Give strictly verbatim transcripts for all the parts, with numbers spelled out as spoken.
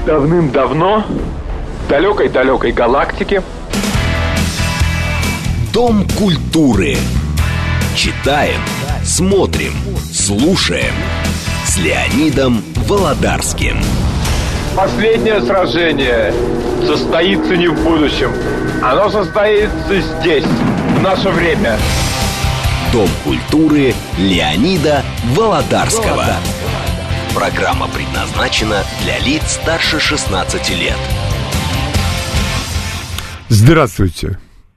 Давным-давно, в далекой-далекой галактике. Дом культуры. Читаем, смотрим, слушаем. С Леонидом Володарским. Последнее сражение состоится не в будущем. Оно состоится здесь, в наше время. Дом культуры Леонида Володарского. Программа предназначена для лиц старше шестнадцати лет. Здравствуйте.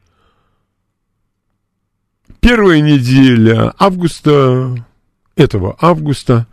Первая неделя августа, этого августа,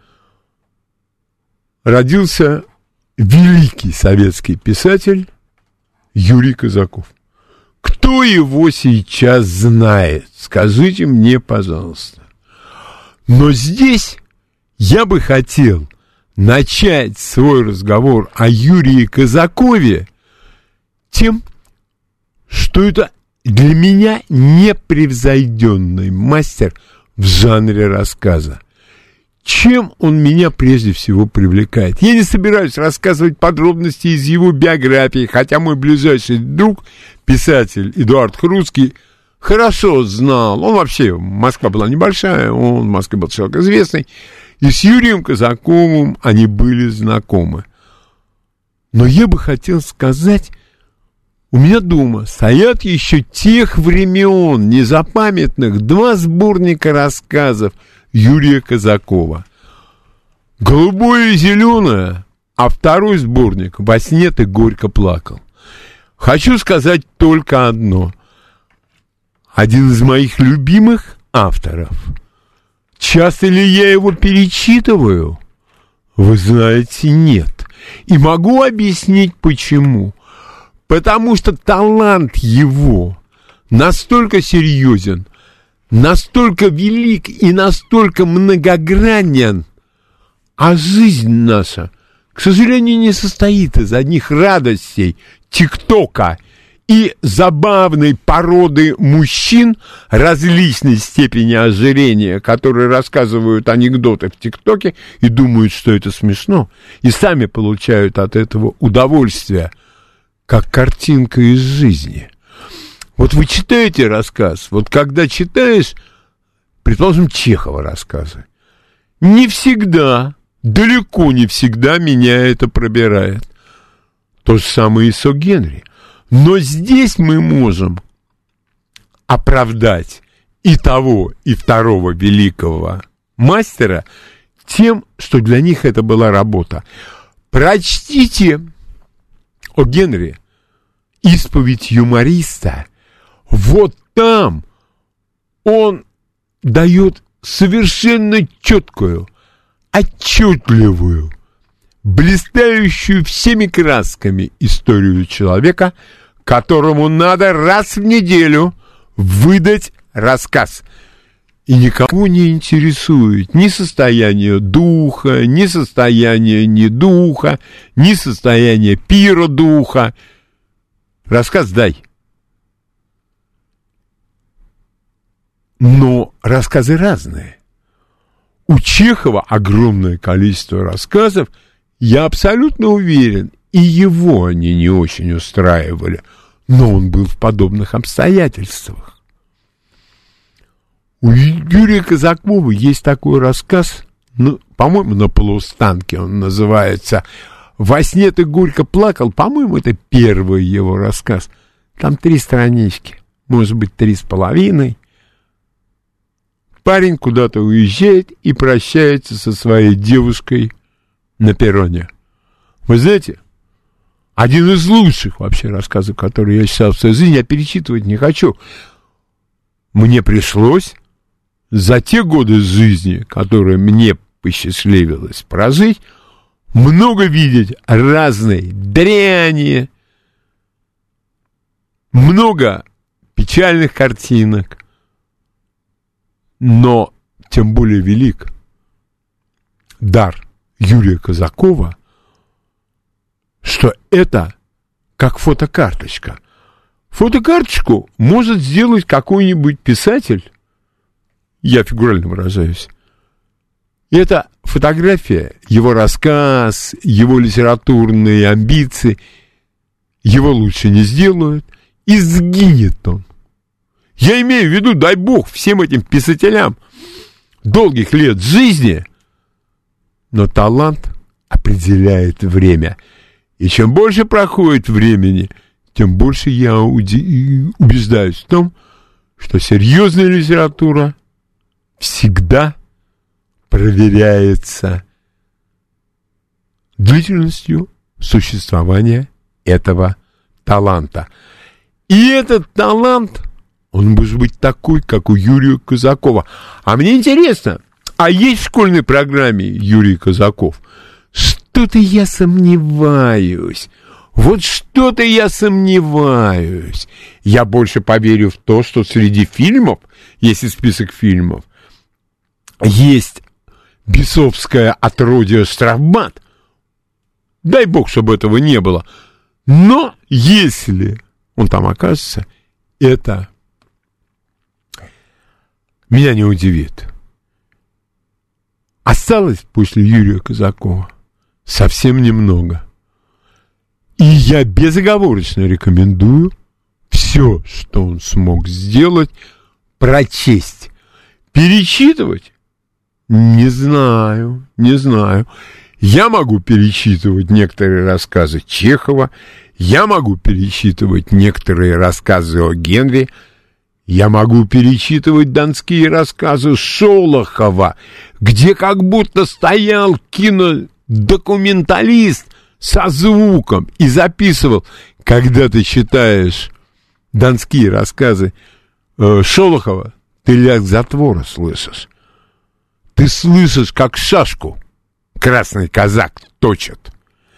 родился великий советский писатель Юрий Казаков. Кто его сейчас знает? Скажите мне, пожалуйста. Но здесь я бы хотел начать свой разговор о Юрии Казакове тем, что это для меня непревзойденный мастер в жанре рассказа. Чем он меня прежде всего привлекает? Я не собираюсь рассказывать подробности из его биографии, хотя мой ближайший друг, писатель Эдуард Хруцкий, хорошо знал. Он вообще, Москва была небольшая, он в Москве был человек известный, и с Юрием Казаковым они были знакомы. Но я бы хотел сказать, у меня дома стоят еще тех времен незапамятных два сборника рассказов Юрия Казакова. «Голубое и зеленое», а второй сборник «Во сне ты горько плакал». Хочу сказать только одно. Один из моих любимых авторов. Часто ли я его перечитываю? Вы знаете, нет. И могу объяснить, почему. Потому что талант его настолько серьезен, настолько велик и настолько многогранен, а жизнь наша, к сожалению, не состоит из одних радостей ТикТока и забавной породы мужчин различной степени ожирения, которые рассказывают анекдоты в ТикТоке и думают, что это смешно, и сами получают от этого удовольствие, как картинка из жизни. Вот вы читаете рассказ, вот когда читаешь, предположим, Чехова рассказы, не всегда, далеко не всегда меня это пробирает. То же самое и с О. Генри. Но здесь мы можем оправдать и того, и второго великого мастера тем, что для них это была работа. Прочтите О. Генри «Исповедь юмориста». Вот там он дает совершенно четкую, отчетливую, блистающую всеми красками историю человека, которому надо раз в неделю выдать рассказ. И никого не интересует ни состояние духа, ни состояние недуха, ни состояние пиродуха. Рассказ дай. Но рассказы разные. У Чехова огромное количество рассказов, я абсолютно уверен, и его они не очень устраивали, но он был в подобных обстоятельствах. У Юрия Казакова есть такой рассказ, ну, по-моему, на полустанке он называется «Во сне ты горько плакал», по-моему, это первый его рассказ. Там три странички, может быть, три с половиной. Парень куда-то уезжает и прощается со своей девушкой на перроне. Вы знаете, один из лучших вообще рассказов, которые я читал в своей жизни, я перечитывать не хочу. Мне пришлось за те годы жизни, которые мне посчастливилось прожить, много видеть разной дряни, много печальных картинок, но тем более велик дар Юрия Казакова, что это как фотокарточка. Фотокарточку может сделать какой-нибудь писатель, я фигурально выражаюсь, эта фотография, его рассказ, его литературные амбиции, его лучше не сделают, и сгинет он. Я имею в виду, дай бог, всем этим писателям долгих лет жизни, но талант определяет время. И чем больше проходит времени, тем больше я убеждаюсь в том, что серьезная литература всегда проверяется длительностью существования этого таланта. И этот талант, он может быть такой, как у Юрия Казакова. А мне интересно, а есть в школьной программе Юрий Казаков? Что-то я сомневаюсь. Вот что-то я сомневаюсь. Я больше поверю в то, что среди фильмов, если список фильмов, есть бесовское отродье Штрафбат. Дай бог, чтобы этого не было. Но если он там окажется, это меня не удивит. Осталось после Юрия Казакова совсем немного. И я безоговорочно рекомендую все, что он смог сделать, прочесть. Перечитывать? Не знаю, не знаю. Я могу перечитывать некоторые рассказы Чехова, я могу перечитывать некоторые рассказы о Генри, я могу перечитывать донские рассказы Шолохова, где как будто стоял кинодокументалист со звуком и записывал. Когда ты читаешь донские рассказы э, Шолохова, ты лязг затвора слышишь. Ты слышишь, как шашку красный казак точит.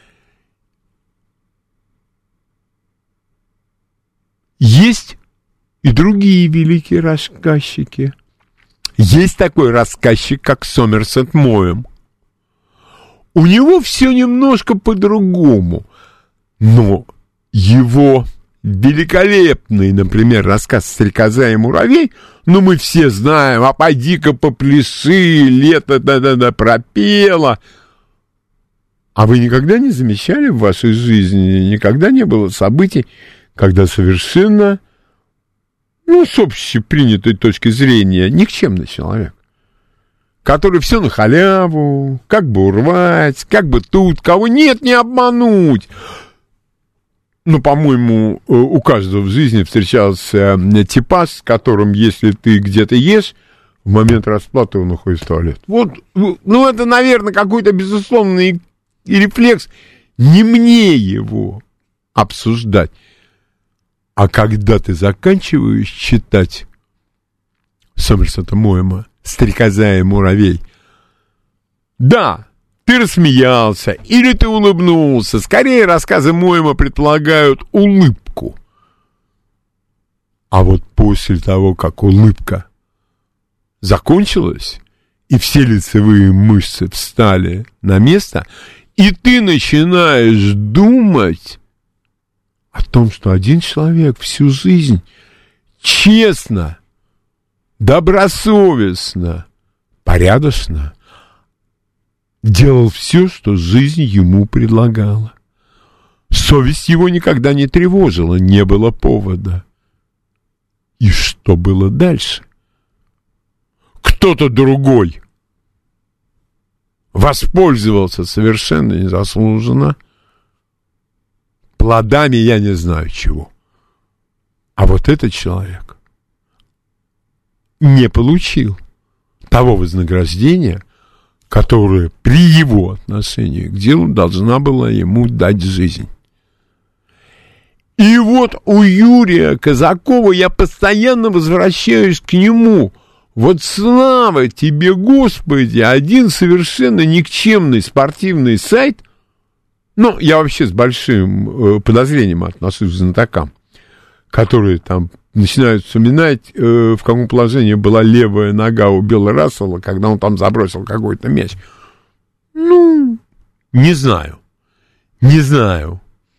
Есть и другие великие рассказчики. Есть такой рассказчик, как Сомерсет Моэм. У него все немножко по-другому, но его великолепный, например, рассказ «Стрекоза и муравей», ну, мы все знаем, а пойди-ка попляши, лето да-да-да пропело. А вы никогда не замечали в вашей жизни, никогда не было событий, когда совершенно, ну, с общепринятой точки зрения, никчемный человек, который все на халяву, как бы урвать, как бы тут, кого нет, не обмануть. Ну, по-моему, у каждого в жизни встречался типаж, с которым, если ты где-то ешь, в момент расплаты он уходит в туалет. Вот, ну, это, наверное, какой-то безусловный рефлекс. Не мне его обсуждать. А когда ты заканчиваешь читать Сомерсета Моэма «Стрекоза и муравей», да, ты рассмеялся или ты улыбнулся. Скорее, рассказы Моэма предполагают улыбку. А вот после того, как улыбка закончилась, и все лицевые мышцы встали на место, и ты начинаешь думать о том, что один человек всю жизнь честно, добросовестно, порядочно делал все, что жизнь ему предлагала. Совесть его никогда не тревожила, не было повода. И что было дальше? Кто-то другой воспользовался совершенно незаслуженно плодами я не знаю чего. А вот этот человек не получил того вознаграждения, которая при его отношении к делу должна была ему дать жизнь. И вот у Юрия Казакова я постоянно возвращаюсь к нему. Вот слава тебе, Господи, один совершенно никчемный спортивный сайт, ну, я вообще с большим э, подозрением отношусь к знатокам, которые там начинают вспоминать, э, в каком положении была левая нога у Билла Рассела, когда он там забросил какой-то мяч. Ну, не знаю. Не знаю.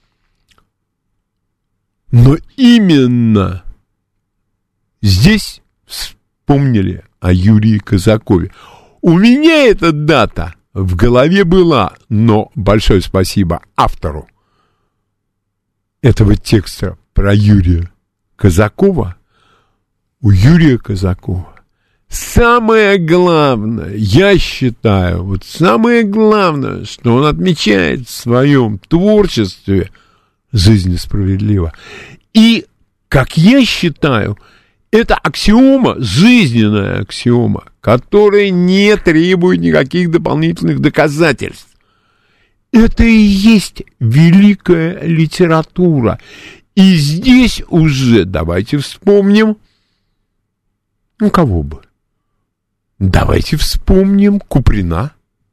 Но именно здесь вспомнили о Юрии Казакове. У меня эта дата в голове была, но большое спасибо автору этого текста про Юрия Казакова. У Юрия Казакова самое главное, я считаю, вот самое главное, что он отмечает в своем творчестве, жизнь справедлива. И, как я считаю, это аксиома, жизненная аксиома, которая не требует никаких дополнительных доказательств. Это и есть великая литература. И здесь уже давайте вспомним, ну, кого бы? Давайте вспомним Куприна.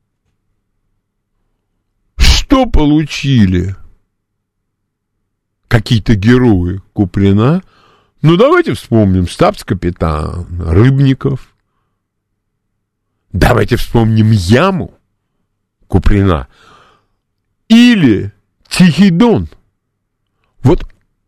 Что получили какие-то герои Куприна? Ну, давайте вспомним штабс-капитан Рыбников. Давайте вспомним Яму Куприна. Или Тихий Дон. Вот,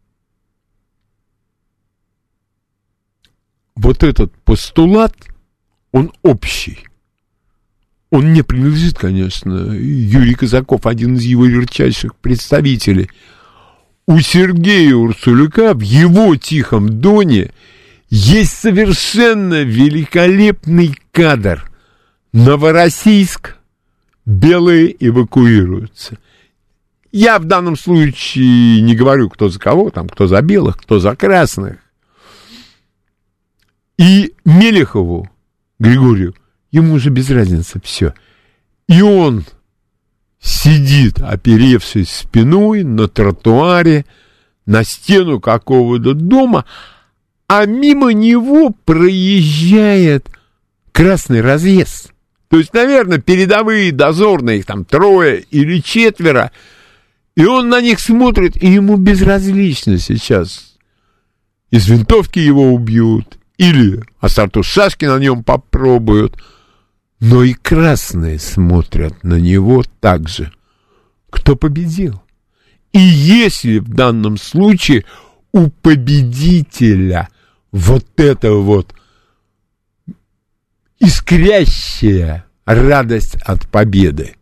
вот этот постулат, он общий. Он не принадлежит, конечно, Юрий Казаков, один из его ярчайших представителей. У Сергея Урсуляка в его «Тихом Доне» есть совершенно великолепный кадр. Новороссийск, белые эвакуируются. Я в данном случае не говорю, кто за кого, там, кто за белых, кто за красных. И Мелехову, Григорию, ему уже без разницы все. И он сидит, оперевшись спиной на тротуаре, на стену какого-то дома, а мимо него проезжает красный разъезд. То есть, наверное, передовые дозорные, их там трое или четверо, и он на них смотрит, и ему безразлично сейчас. Из винтовки его убьют, или ассорту шашки на нем попробуют. Но и красные смотрят на него так же. Кто победил? И если в данном случае у победителя вот это вот искрящая радость от победы,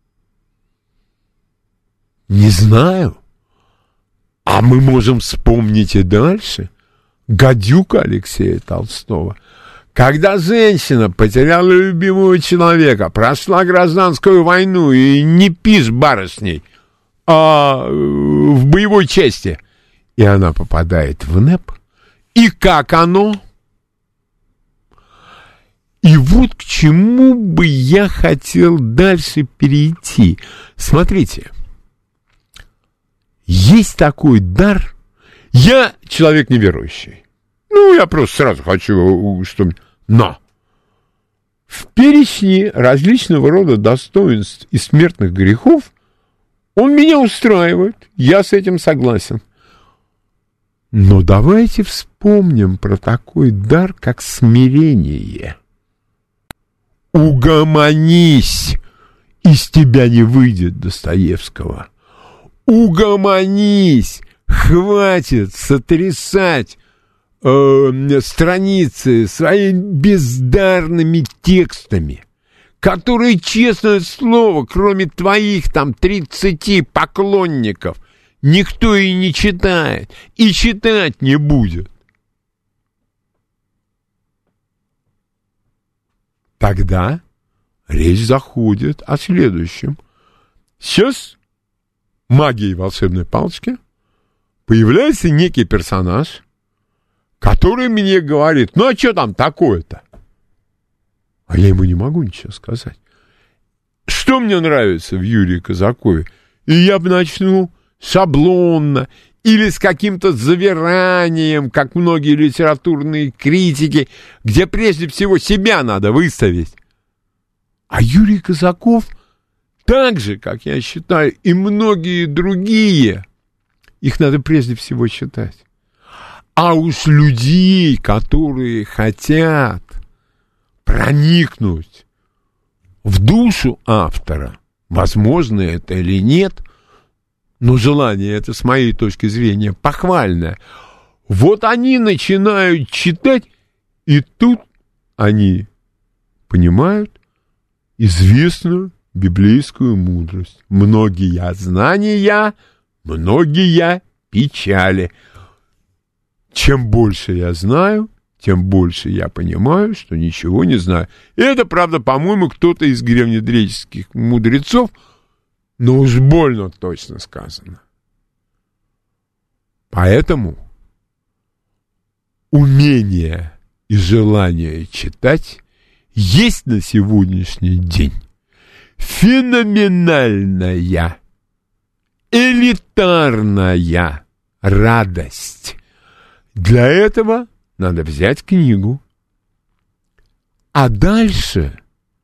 не знаю. А мы можем вспомнить и дальше «Гадюка» Алексея Толстого. Когда женщина потеряла любимого человека, прошла гражданскую войну и не пишь барышней, а в боевой части, и она попадает в НЭП, и как оно? И вот к чему бы я хотел дальше перейти. Смотрите, есть такой дар. Я человек неверующий. Ну, я просто сразу хочу, чтобы... Но в перечне различного рода достоинств и смертных грехов он меня устраивает. Я с этим согласен. Но давайте вспомним про такой дар, как смирение. Угомонись, из тебя не выйдет Достоевского. Угомонись, хватит сотрясать э, страницы своими бездарными текстами, которые, честное слово, кроме твоих там тридцати поклонников, никто и не читает, и читать не будет. Тогда речь заходит о следующем. Сейчас магией волшебной палочки появляется некий персонаж, который мне говорит: ну а что там такое-то? А я ему не могу ничего сказать. Что мне нравится в Юрии Казакове? И я бы начну шаблонно или с каким-то завиранием, как многие литературные критики, где прежде всего себя надо выставить. А Юрий Казаков, так же, как я считаю, и многие другие, их надо прежде всего читать. А уж людей, которые хотят проникнуть в душу автора, возможно это или нет, но желание это, с моей точки зрения, похвальное. Вот они начинают читать, и тут они понимают, известную библейскую мудрость. Многие знания, многие печали. Чем больше я знаю, тем больше я понимаю, что ничего не знаю. И это, правда, по-моему, кто-то из древнегреческих мудрецов, но уж больно точно сказано. Поэтому умение и желание читать есть на сегодняшний день феноменальная, элитарная радость. Для этого надо взять книгу, а дальше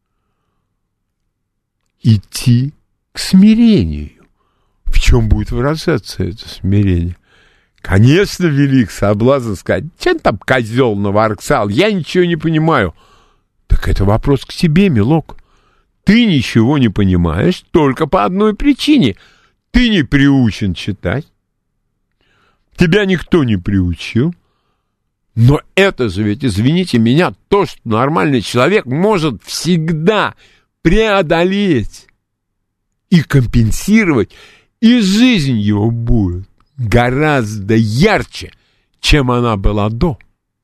идти к смирению. В чем будет выражаться это смирение? Конечно, велик соблазн сказать: чем там козел наворксал, я ничего не понимаю. Так это вопрос к себе, милок. Ты ничего не понимаешь только по одной причине. Ты не приучен читать. Тебя никто не приучил. Но это же ведь, извините меня, то, что нормальный человек может всегда преодолеть и компенсировать, и жизнь его будет гораздо ярче, чем она была до.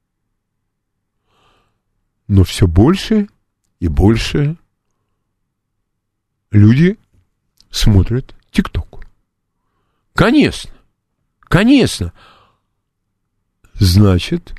Но все больше и больше люди смотрят ТикТок. Конечно, конечно. Значит,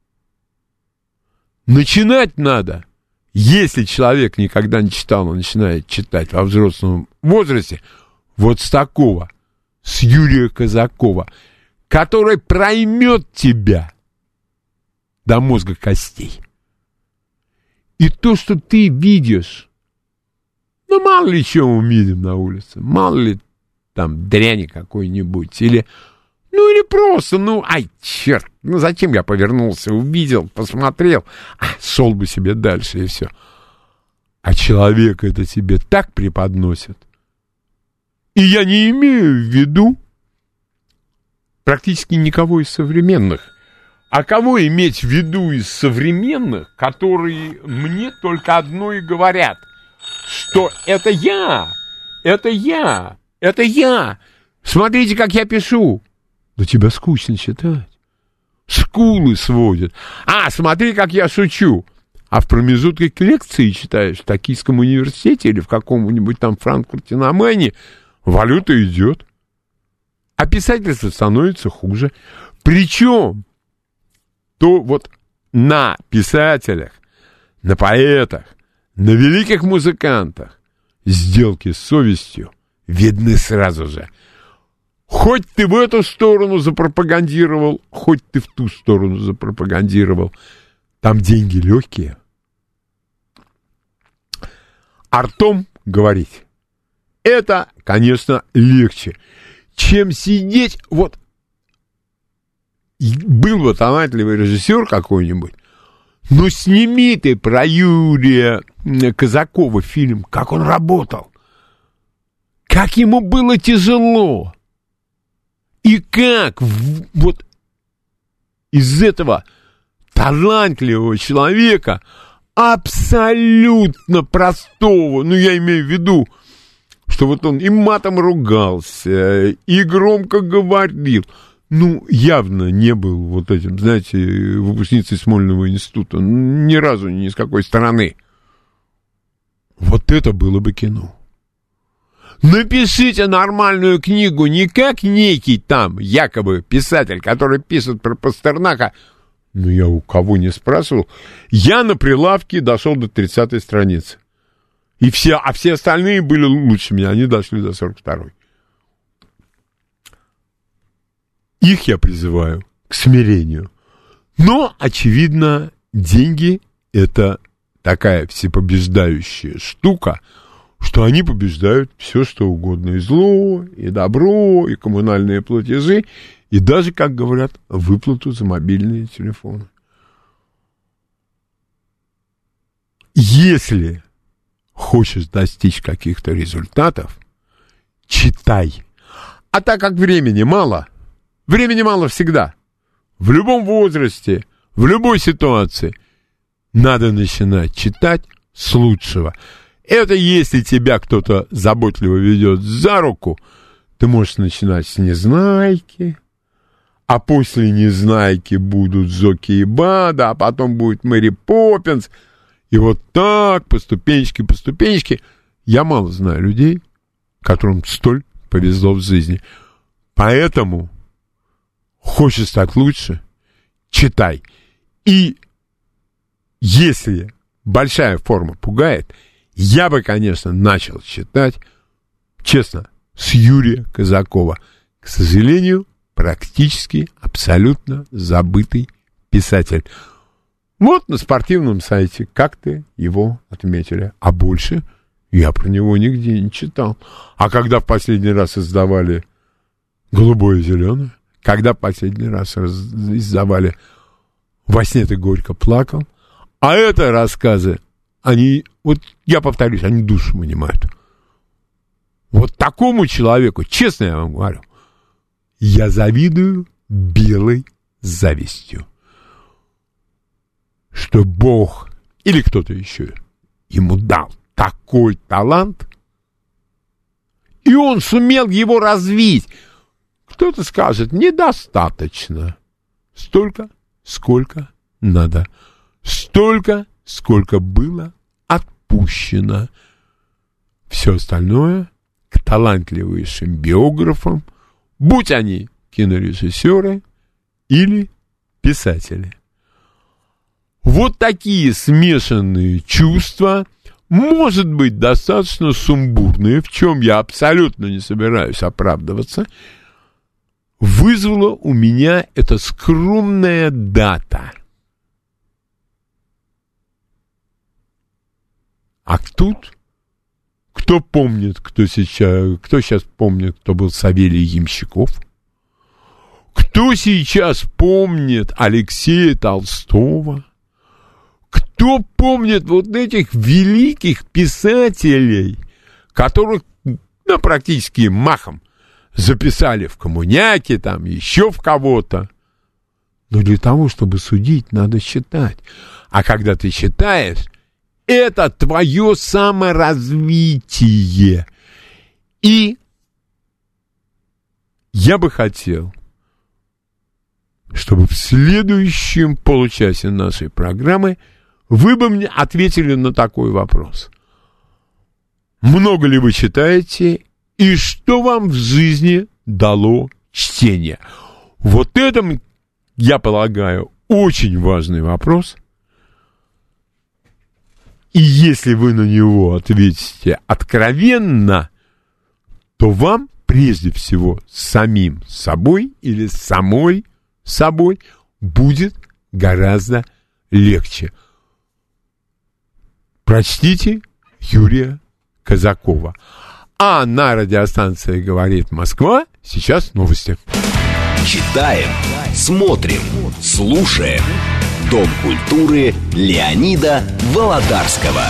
начинать надо, если человек никогда не читал, он начинает читать во взрослом возрасте, вот с такого, с Юрия Казакова, который проймет тебя до мозга костей. И то, что ты видишь, ну, мало ли чего мы видим на улице, мало ли там дряни какой-нибудь, или, ну, или просто, ну, ай, черт, ну, зачем я повернулся, увидел, посмотрел, а, шел бы себе дальше, и все. А человек это тебе так преподносит. И я не имею в виду практически никого из современных. А кого иметь в виду из современных, которые мне только одно и говорят, что это я, это я, это я. Смотрите, как я пишу. Да тебя скучно читать. Скулы сводят. А, смотри, как я шучу. А в промежутке к лекции читаешь в Токийском университете или в каком-нибудь там Франкфурте на Майне, валюта идет. А писательство становится хуже. Причем то вот на писателях, на поэтах, на великих музыкантах сделки с совестью видны сразу же. Хоть ты в эту сторону запропагандировал, хоть ты в ту сторону запропагандировал, там деньги легкие. А ртом говорить — это, конечно, легче, чем сидеть вот. Был бы талантливый режиссер какой-нибудь, но сними ты про Юрия Казакова фильм, как он работал, как ему было тяжело, и как вот из этого талантливого человека, абсолютно простого, ну я имею в виду, что вот он и матом ругался, и громко говорил, ну, явно не был вот этим, знаете, выпускницей Смольного института. Ни разу ни с какой стороны. Вот это было бы кино. Напишите нормальную книгу не как некий там якобы писатель, который пишет про Пастернака. Ну, я у кого не спрашивал. Я на прилавке дошел до тридцатой страницы. И все, а все остальные были лучше меня. Они дошли до сорок второй. Их я призываю к смирению. Но, очевидно, деньги — это такая всепобеждающая штука, что они побеждают все, что угодно. И зло, и добро, и коммунальные платежи, и даже, как говорят, выплату за мобильные телефоны. Если хочешь достичь каких-то результатов, читай. А так как времени мало, времени мало всегда. В любом возрасте, в любой ситуации надо начинать читать с лучшего. Это если тебя кто-то заботливо ведет за руку, ты можешь начинать с Незнайки, а после Незнайки будут Зоки и Бада, а потом будет Мэри Поппинс. И вот так, по ступенечке, по ступенечке. Я мало знаю людей, которым столь повезло в жизни. Поэтому хочешь стать лучше, читай. И если большая форма пугает, я бы, конечно, начал читать, честно, с Юрия Казакова. К сожалению, практически абсолютно забытый писатель. Вот на спортивном сайте как-то его отметили. А больше я про него нигде не читал. А когда в последний раз издавали «Голубое и зеленое», когда в последний раз издавали «Во сне ты горько плакал», а это рассказы, они, вот я повторюсь, они душу вынимают. Вот такому человеку, честно я вам говорю, я завидую белой завистью, что Бог или кто-то еще ему дал такой талант, и он сумел его развить. Кто-то скажет, недостаточно. Столько, сколько надо. Столько, сколько было отпущено. Все остальное к талантливейшим биографам, будь они кинорежиссеры или писатели. Вот такие смешанные чувства, может быть, достаточно сумбурные, в чем я абсолютно не собираюсь оправдываться, вызвала у меня эта скромная дата. А тут, кто помнит, кто сейчас, кто сейчас помнит, кто был Савелий Ямщиков? Кто сейчас помнит Алексея Толстого? Кто помнит вот этих великих писателей, которых, ну, практически махом записали в коммуняки, там, еще в кого-то? Но для того, чтобы судить, надо читать. А когда ты читаешь, это твое саморазвитие. И я бы хотел, чтобы в следующем получасе нашей программы вы бы мне ответили на такой вопрос. Много ли вы читаете и что вам в жизни дало чтение? Вот это, я полагаю, очень важный вопрос. И если вы на него ответите откровенно, то вам прежде всего самим собой или самой собой будет гораздо легче. Прочтите Юрия Казакова. А на радиостанции «Говорит Москва» сейчас новости. Читаем, смотрим, слушаем. Дом культуры Леонида Володарского.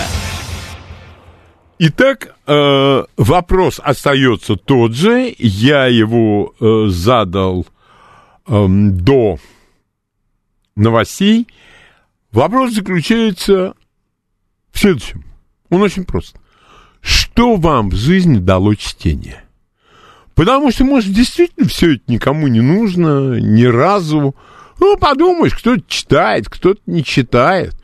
Итак, э, вопрос остается тот же. Я его э, задал э, до новостей. Вопрос заключается в следующем. Он очень прост. Что вам в жизни дало чтение? Потому что, может, действительно все это никому не нужно, ни разу. Ну, подумаешь, кто-то читает, кто-то не читает.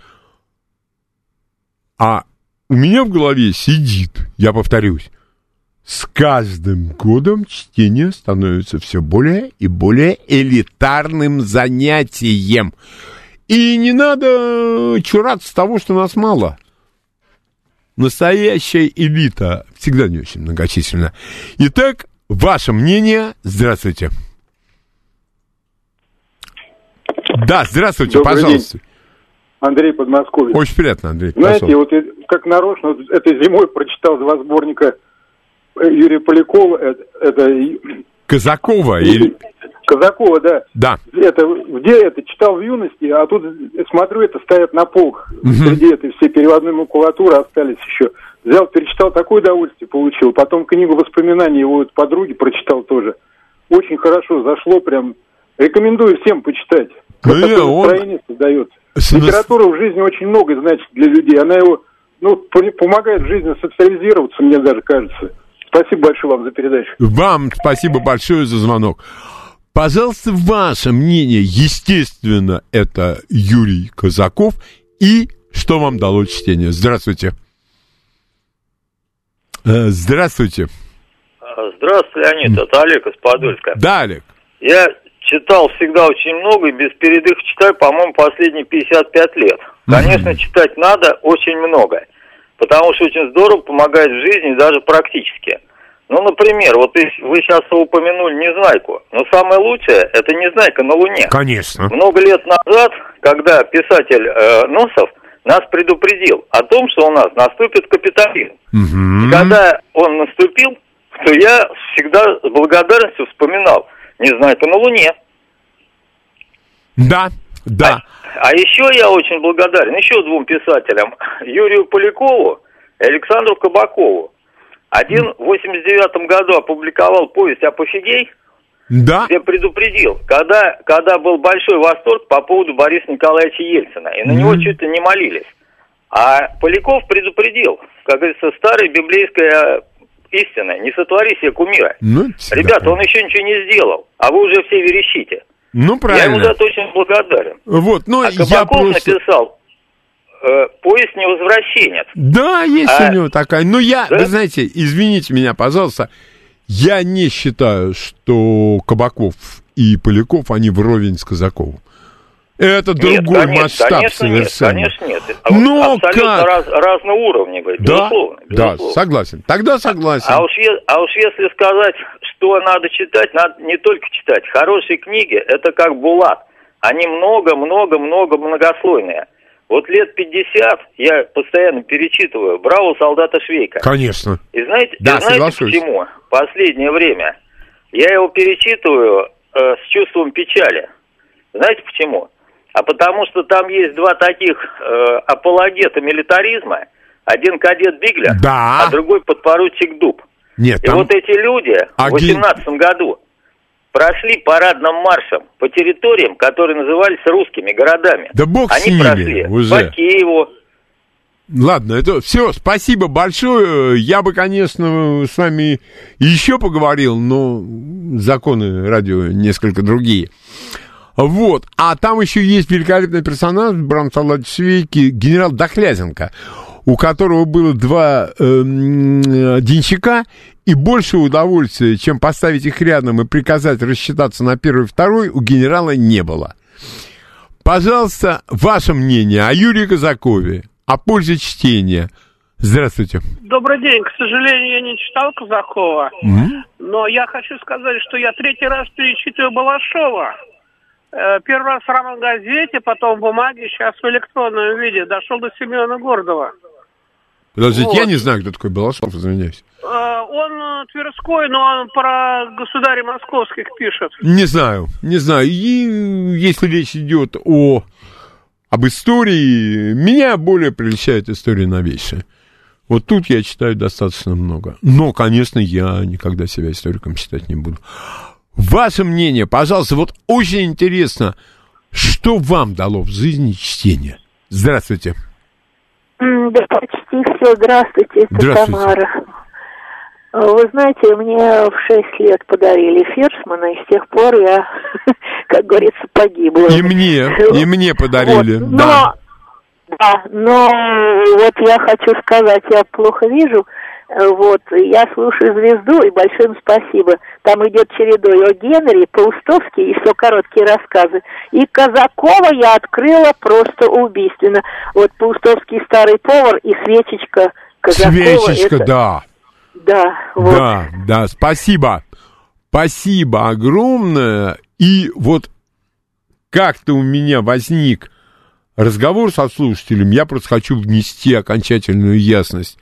А у меня в голове сидит, я повторюсь, с каждым годом чтение становится все более и более элитарным занятием. И не надо чураться того, что нас мало. Настоящая элита всегда не очень многочисленна. Итак, ваше мнение. Здравствуйте. Да, здравствуйте, Добрый пожалуйста. День. Андрей, Подмосковье. Очень приятно, Андрей. Знаете, Пошел. вот как нарочно, вот этой зимой прочитал два сборника Юрия Полякова, это, это Казакова или... Казакова, да. Да. Это, где это, читал в юности, а тут, смотрю, это стоят на полках. Угу. Среди этой всей переводной макулатуры остались еще. Взял, перечитал, такое удовольствие получил. Потом книгу воспоминаний его вот подруги прочитал тоже. Очень хорошо зашло, прям. Рекомендую всем почитать. Вот ну, такое он... настроение создается. С... Литература в жизни очень много значит для людей. Она его ну, помогает в жизни социализироваться, мне даже кажется. Спасибо большое вам за передачу. Вам спасибо большое за звонок. Пожалуйста, ваше мнение. Естественно, это Юрий Казаков. И что вам дало чтение? Здравствуйте. Здравствуйте. Здравствуйте, Леонид. Это Олег из Подольска. Да, Олег. Я читал всегда очень много и без передыха читаю, по-моему, последние пятьдесят пять лет. Конечно, читать надо очень много, потому что очень здорово помогает в жизни, даже практически. Ну, например, вот вы сейчас упомянули Незнайку, но самое лучшее – это Незнайка на Луне. Конечно. Много лет назад, когда писатель э, Носов нас предупредил о том, что у нас наступит капитализм. Угу. И когда он наступил, то я всегда с благодарностью вспоминал Незнайка на Луне. Да, да. А, а еще я очень благодарен еще двум писателям, Юрию Полякову и Александру Кабакову. Один в восемьдесят девятом году опубликовал повесть «Апофигей», да. где предупредил, когда, когда был большой восторг по поводу Бориса Николаевича Ельцина, и на mm-hmm. него чуть ли не молились. А Поляков предупредил, как говорится, старая библейская истина: не сотвори себе кумира. Ну, ребята, правильно. Он еще ничего не сделал, а вы уже все верещите. Ну, правильно. Я ему за это очень благодарен. Вот, но а Кабаков я просто... написал э, «Поезд невозвращенец». Да, есть а... у него такая. Но я, да? Вы знаете, извините меня, пожалуйста, я не считаю, что Кабаков и Поляков, они вровень с Казаковым. Это нет, другой конечно, масштаб конечно совершенно. Нет, конечно нет. А но абсолютно как? Раз, разноуровневые, да, безусловно, безусловно. Да, согласен. Тогда согласен. А уж, а уж если сказать, что надо читать, надо не только читать. Хорошие книги – это как булат. Они много-много-много многослойные. Вот лет пятьдесят я постоянно перечитываю «Браво, солдата Швейка». Конечно. И знаете, да, и знаете почему? Последнее время я его перечитываю э, с чувством печали. Знаете почему? А потому что там есть два таких э, апологета милитаризма. Один кадет Биглер, да. а другой подпоручик Дуб. Нет, и там... вот эти люди а в восемнадцатом году прошли парадным маршем по территориям, которые назывались русскими городами. Да бог Они с ними прошли уже. по Киеву. Ладно, это все, спасибо большое. Я бы, конечно, с вами еще поговорил, но законы радио несколько другие. Вот, а там еще есть великолепный персонаж Браун Солдат Швейки, генерал Дохлязенко, у которого было два э, денщика, и больше удовольствия, чем поставить их рядом и приказать рассчитаться на первый и второй, у генерала не было. Пожалуйста, ваше мнение о Юрии Казакове, о пользе чтения. Здравствуйте. Добрый день. К сожалению, я не читал Казакова, mm-hmm. но я хочу сказать, что я третий раз перечитываю Балашова. Первый раз в роман-газете, потом в бумаге, сейчас в электронном виде. Дошел до Семена Гордова. Подождите, вот. Я не знаю, кто такой Балашов, извиняюсь. Он Тверской, но он про государей московских пишет. Не знаю, не знаю. И если речь идет о... об истории, меня более прельщает история новейшая. Вот тут я читаю достаточно много. Но, конечно, я никогда себя историком считать не буду. Ваше мнение, пожалуйста, вот очень интересно, что вам дало в жизни чтение? Здравствуйте. Да, почти все. Здравствуйте, это Здравствуйте. Тамара. Вы знаете, мне в шесть лет подарили Фирсмана, и с тех пор я, как говорится, погибла. И мне, и мне подарили, вот, да. Но, да, но вот я хочу сказать, я плохо вижу. Вот, я слушаю «Звезду», и большое им спасибо. Там идет чередой о Генри, Паустовский, и все короткие рассказы. И Казакова я открыла просто убийственно. Вот Паустовский «Старый повар» и «Свечечка» Казакова. «Свечечка», это... да. Да, вот. Да, да, спасибо. Спасибо огромное. И вот как-то у меня возник разговор со слушателем, я просто хочу внести окончательную ясность.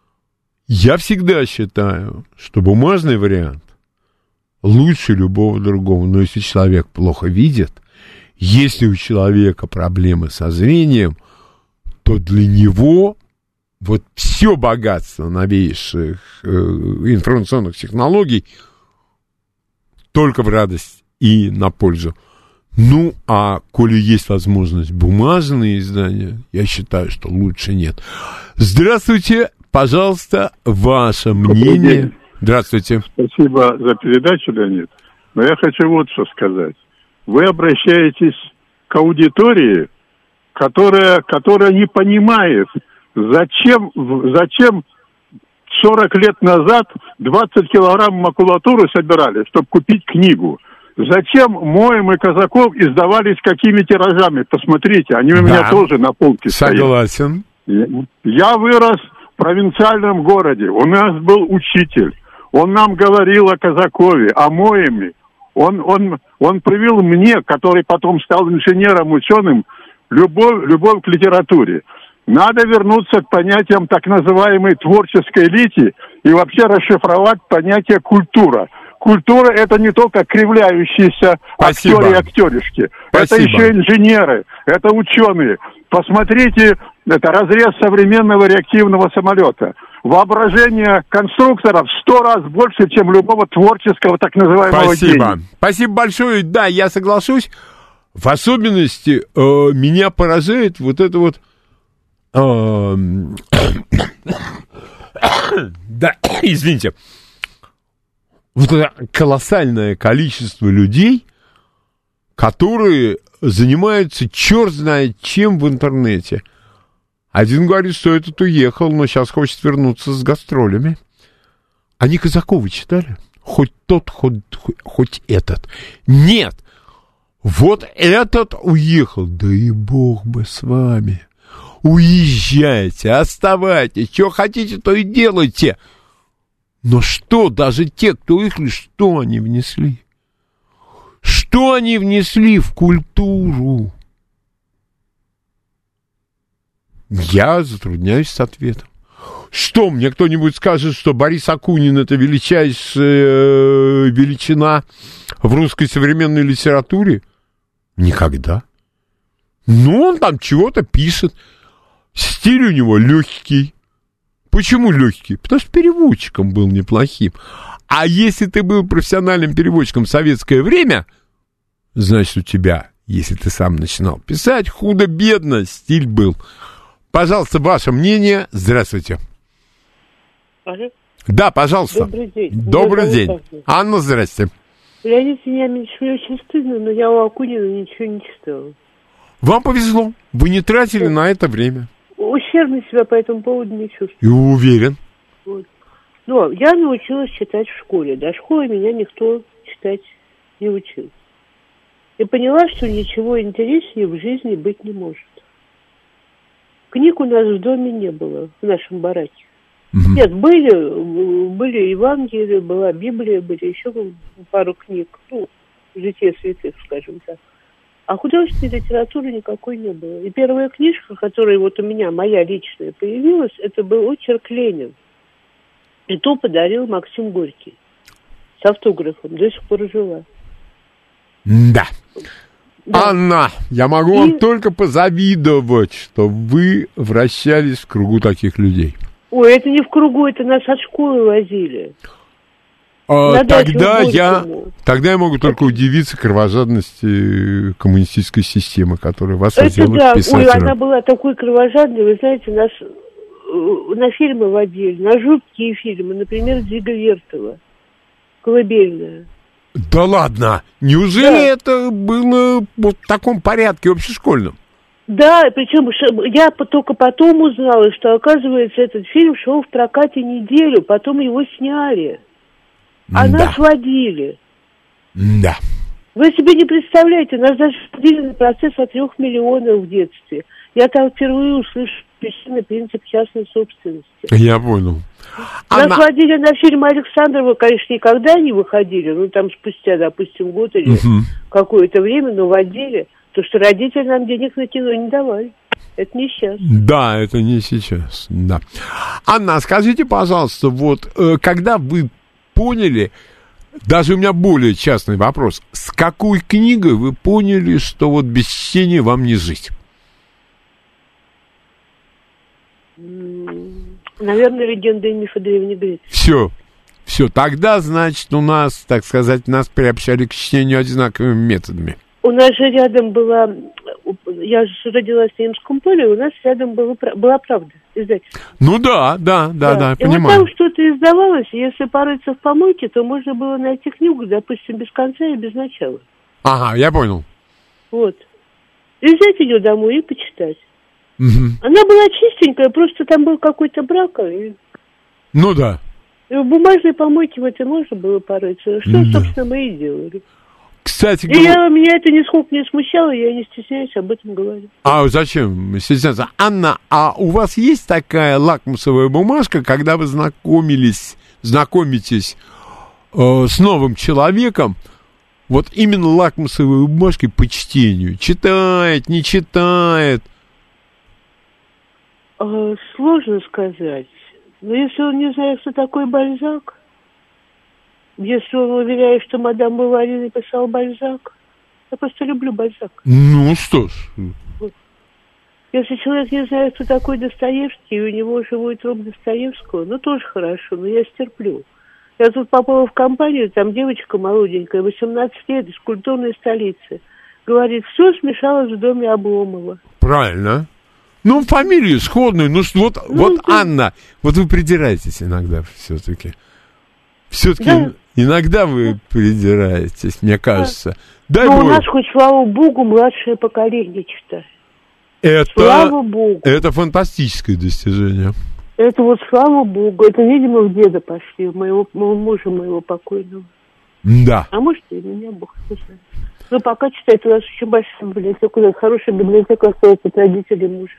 Я всегда считаю, что бумажный вариант лучше любого другого. Но если человек плохо видит, если у человека проблемы со зрением, то для него вот все богатство новейших э, информационных технологий только в радость и на пользу. Ну, а коли есть возможность бумажные издания, я считаю, что лучше нет. Здравствуйте, пожалуйста, ваше мнение. Здравствуйте. Спасибо за передачу, Леонид. Но я хочу вот что сказать. Вы обращаетесь к аудитории, которая, которая не понимает, зачем, зачем сорок лет назад двадцать килограмм макулатуры собирали, чтобы купить книгу. Зачем Моем и Казаков издавались какими тиражами? Посмотрите, они у меня да. тоже на полке стоят. Согласен. Я вырос в провинциальном городе. У нас был учитель. Он нам говорил о Казакове, о Моеме. Он, он, он привил мне, который потом стал инженером, ученым, любовь, любовь к литературе. Надо вернуться к понятиям так называемой творческой элиты и вообще расшифровать понятие культура. Культура — это не только кривляющиеся Спасибо. актеры и актеришки. Спасибо. Это еще инженеры, это ученые. Посмотрите, это разрез современного реактивного самолета. Воображение конструкторов в сто раз больше, чем любого творческого так называемого Спасибо. гения. Спасибо большое. Да, я соглашусь. В особенности э, меня поражает вот это вот... Э, да, извините. Вот это колоссальное количество людей, которые занимаются черт знает чем в интернете. Один говорит, что этот уехал, но сейчас хочет вернуться с гастролями. Они Казакова читали? Хоть тот, хоть, хоть этот. Нет! Вот этот уехал. Да и бог бы с вами. Уезжайте, оставайтесь. Что хотите, то и делайте. Но что, даже те, кто уехали, что они внесли? Что они внесли в культуру? Я затрудняюсь с ответом. Что, мне кто-нибудь скажет, что Борис Акунин — это величайшая величина в русской современной литературе? Никогда. Ну, он там чего-то пишет. Стиль у него легкий. Почему легкий? Потому что переводчиком был неплохим. А если ты был профессиональным переводчиком в советское время, значит, у тебя, если ты сам начинал писать, худо-бедно стиль был. Пожалуйста, ваше мнение. Здравствуйте. Алло. Да, пожалуйста. Добрый день. Добрый день. Анна. Анна, здрасте. Леонид Вениаминович, мне очень стыдно, но я у Акунина ничего не читала. Вам повезло. Вы не тратили да. на это время. Ущербно себя по этому поводу не чувствую. И уверен. Вот. Но я научилась читать в школе. До школы меня никто читать не учил. И поняла, что ничего интереснее в жизни быть не может. Книг у нас в доме не было, в нашем бараке. Mm-hmm. Нет, были, были Евангелия, была Библия, были еще пару книг, ну, жития святых, скажем так. А художественной литературы никакой не было. И первая книжка, которая вот у меня, моя личная, появилась, это был очерк «Ленин». И то подарил Максим Горький с автографом, до сих пор жива. Да. Да. Анна, я могу и... вам только позавидовать, что вы вращались в кругу таких людей. Ой, это не в кругу, это нас от школы возили. А, тогда, я, тогда я могу только это... удивиться кровожадности коммунистической системы, которая вас возила да. к писателям. Ой, она была такой кровожадной, вы знаете, нас на фильмы водили, на жуткие фильмы, например, Дзига Вертова, «Колыбельная». Да ладно! Неужели да. это было вот в таком порядке общешкольном? Да, причем я только потом узнала, что, оказывается, этот фильм шел в прокате неделю, потом его сняли. А да. нас водили. Да. Вы себе не представляете, нас даже водили на процесс от трех миллионов в детстве. Я там впервые услышала священный принцип частной собственности. Я понял. Нас Она... водили на фильм Александрова, конечно, никогда не выходили, ну, там спустя, допустим, год или угу. какое-то время, но водили, то что родители нам денег на кино не давали. Это не сейчас. Да, это не сейчас, да. Анна, скажите, пожалуйста, вот, э, когда вы поняли, даже у меня более частный вопрос, с какой книгой вы поняли, что вот без чтения вам не жить? Наверное, «Легенда и мифы Древней Греции». Все, все, тогда, значит, у нас, так сказать, нас приобщали к чтению одинаковыми методами. У нас же рядом была, я же родилась в Римском поле, у нас рядом было, была «Правда», издательство. Ну да, да, да, да, да, и понимаю. вот там что-то издавалось, и если порыться в помойке, то можно было найти книгу, допустим, без конца и без начала. Ага, я понял. Вот. И взять ее домой и почитать. Угу. Она была чистенькая, просто там был какой-то брак. И... Ну да. И в бумажной помойке в это можно было порыться. Что, да. собственно, мы и делали. Кстати, и я, меня это нисколько не смущало, я не стесняюсь об этом говорить. А зачем стесняться? Анна, а у вас есть такая лакмусовая бумажка, когда вы знакомились, знакомитесь э, с новым человеком, вот именно лакмусовой бумажкой по чтению? Читает, не читает? Э, сложно сказать. Но если он не знает, кто такой Бальзак, если он уверяет, что мадам Бавари написал Бальзак, я просто люблю Бальзак. Ну что ж. Вот. Если человек не знает, кто такой Достоевский, и у него живой труп Достоевского, ну тоже хорошо, но я стерплю. Я тут попала в компанию, там девочка молоденькая, восемнадцать лет, из культурной столицы. Говорит, все смешалось в доме Обломова. Правильно. Ну, фамилии сходные. Ну, что, вот, ну, вот да. Анна, вот вы придираетесь иногда все-таки. Все-таки да. иногда вы придираетесь, мне кажется. Да. Дай Но Бог. У нас, хоть, слава богу, младшее поколение читает. Это, слава богу. Это фантастическое достижение. Это вот, слава богу, это, видимо, в деда пошли, моего мужа моего покойного. Да. А может, и меня, бог не знает. Но пока читает, у нас очень большая библиотека, у нас хорошая библиотека остается от родителей мужа.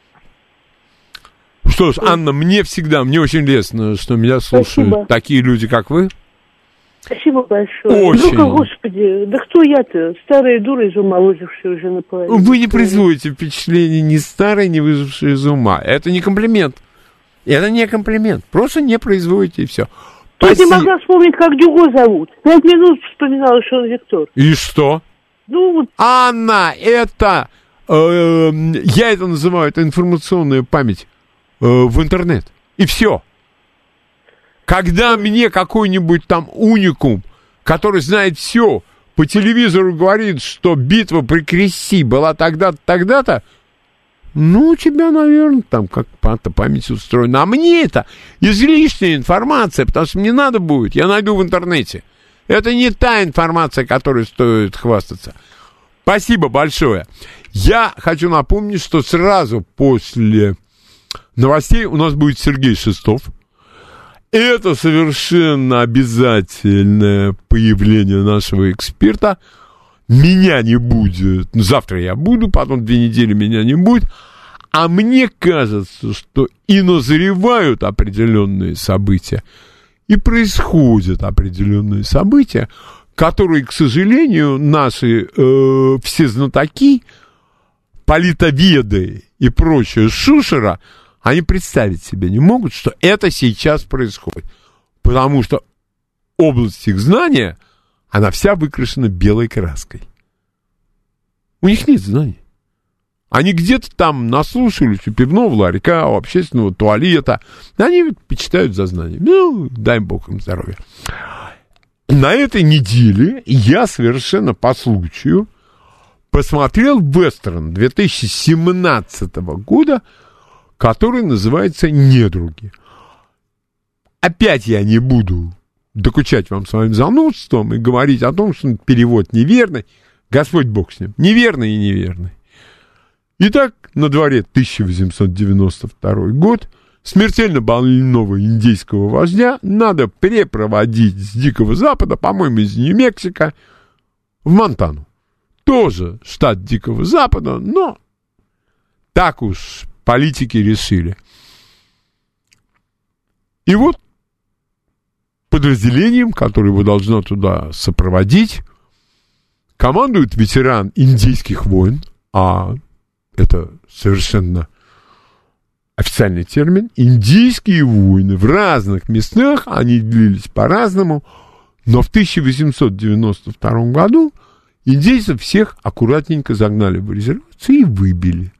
Что ж, Анна, мне всегда, мне очень лестно, что меня слушают Спасибо. Такие люди, как вы. Спасибо большое. Очень. Ну-ка, господи, да кто я-то? Старая дура из ума, выжившая уже наполовину. Вы не производите впечатление ни старой, ни выжившей из ума. Это не комплимент. Это не комплимент. Просто не производите, и все. Я не могла вспомнить, как Дюго зовут. Пять минут вспоминала, что он Виктор. И что? Ну, вот. Анна, это... Э, я это называю, это информационная память э, в интернет. И все. Когда мне какой-нибудь там уникум, который знает все, по телевизору говорит, что битва при Креси была тогда-то, тогда-то, ну, у тебя, наверное, там как-то память устроена. А мне это излишняя информация, потому что мне надо будет, я найду в интернете. Это не та информация, которой стоит хвастаться. Спасибо большое. Я хочу напомнить, что сразу после новостей у нас будет Сергей Шестов. Это совершенно обязательное появление нашего эксперта. Меня не будет. Завтра я буду, потом две недели меня не будет. А мне кажется, что и назревают определенные события, и происходят определенные события, которые, к сожалению, наши э, все знатоки, политоведы и прочее шушера, они представить себе не могут, что это сейчас происходит. Потому что область их знания, она вся выкрашена белой краской. У них нет знаний. Они где-то там наслушались у пивного ларька, у общественного туалета. Они почитают за знания. Ну, дай бог им здоровья. На этой неделе я совершенно по случаю посмотрел вестерн две тысячи семнадцатого года, который называется «Недруги». Опять я не буду докучать вам своим занудством и говорить о том, что перевод неверный. Господь Бог с ним. Неверный и неверный. Итак, на дворе тысяча восемьсот девяносто второй год. Смертельно больного индейского вождя надо перепроводить с Дикого Запада, по-моему, из Нью-Мексико, в Монтану. Тоже штат Дикого Запада, но так уж политики решили. И вот подразделением, которое его должно туда сопроводить, командует ветеран индейских войн, а это совершенно официальный термин, индейские войны в разных местах, они длились по-разному, но в тысяча восемьсот девяносто втором году индейцев всех аккуратненько загнали в резервацию и выбили.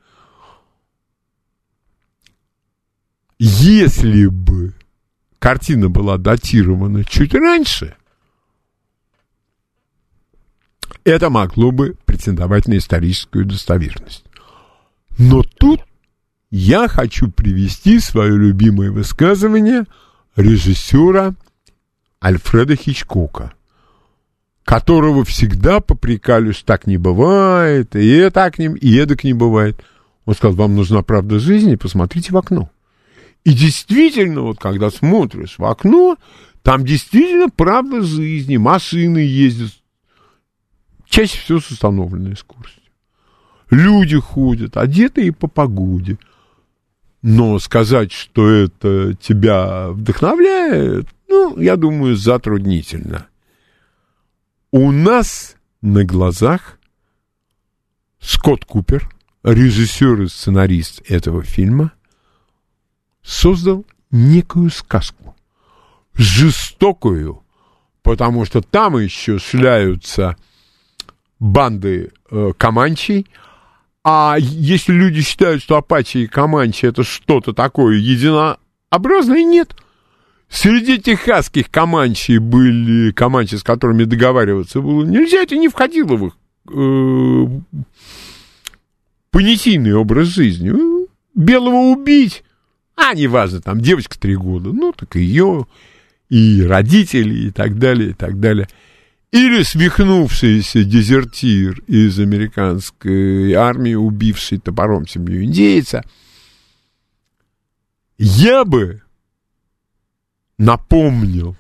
Если бы картина была датирована чуть раньше, это могло бы претендовать на историческую достоверность. Но тут я хочу привести свое любимое высказывание режиссера Альфреда Хичкока, которого всегда попрекали, что так не бывает, и это так не, и эдак не бывает. Он сказал, вам нужна правда жизни, посмотрите в окно. И действительно, вот когда смотришь в окно, там действительно правда жизни, машины ездят, чаще всего с установленной скоростью. Люди ходят, одетые по погоде. Но сказать, что это тебя вдохновляет, ну, я думаю, затруднительно. У нас на глазах Скотт Купер, режиссер и сценарист этого фильма, создал некую сказку. Жестокую, потому что там еще шляются банды э, команчей. А если люди считают, что апачи и команчи это что-то такое единообразное, нет. Среди техасских команчей были команчи, с которыми договариваться было нельзя, это не входило в их э, понятийный образ жизни. Белого убить, а неважно, там девочка три года, ну так ее, и родители, и так далее, и так далее. Или свихнувшийся дезертир из американской армии, убивший топором семью индейца. Я бы напомнил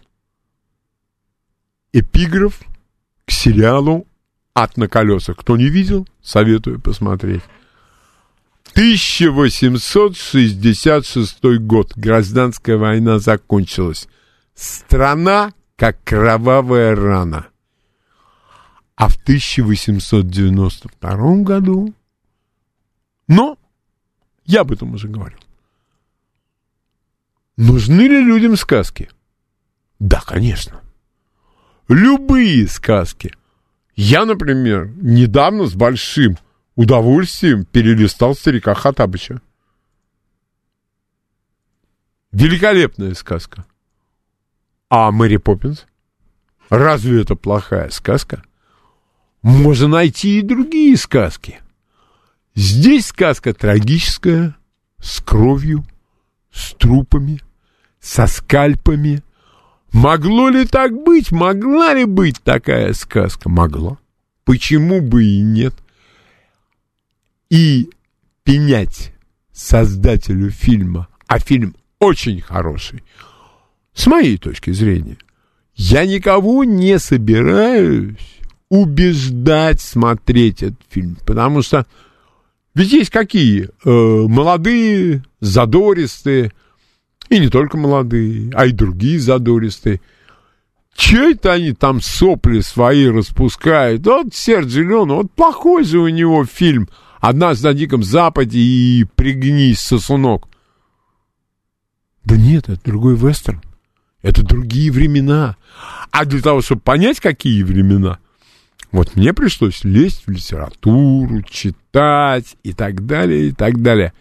эпиграф к сериалу «Ад на колесах». Кто не видел, советую посмотреть. тысяча восемьсот шестьдесят шестой год. Гражданская война закончилась. Страна как кровавая рана. А в тысяча восемьсот девяносто втором году, но я об этом уже говорил, нужны ли людям сказки? Да, конечно. Любые сказки. Я, например, недавно с большим удовольствием перелистал «Старика Хоттабыча». Великолепная сказка. А Мэри Поппинс? Разве это плохая сказка? Можно найти и другие сказки. Здесь сказка трагическая, с кровью, с трупами, со скальпами. Могло ли так быть? Могла ли быть такая сказка? Могла. Почему бы и нет? И пенять создателю фильма, а фильм очень хороший, с моей точки зрения, я никого не собираюсь убеждать смотреть этот фильм, потому что ведь есть какие? Э, молодые, задористые, и не только молодые, а и другие задористые. Че это они там сопли свои распускают? Вот Серджио Леоне, вот плохой же у него фильм «Однажды на Диком Западе» и «Пригнись, сосунок». Да нет, это другой вестерн. Это другие времена. А для того, чтобы понять, какие времена, вот мне пришлось лезть в литературу, читать и так далее, и так далее.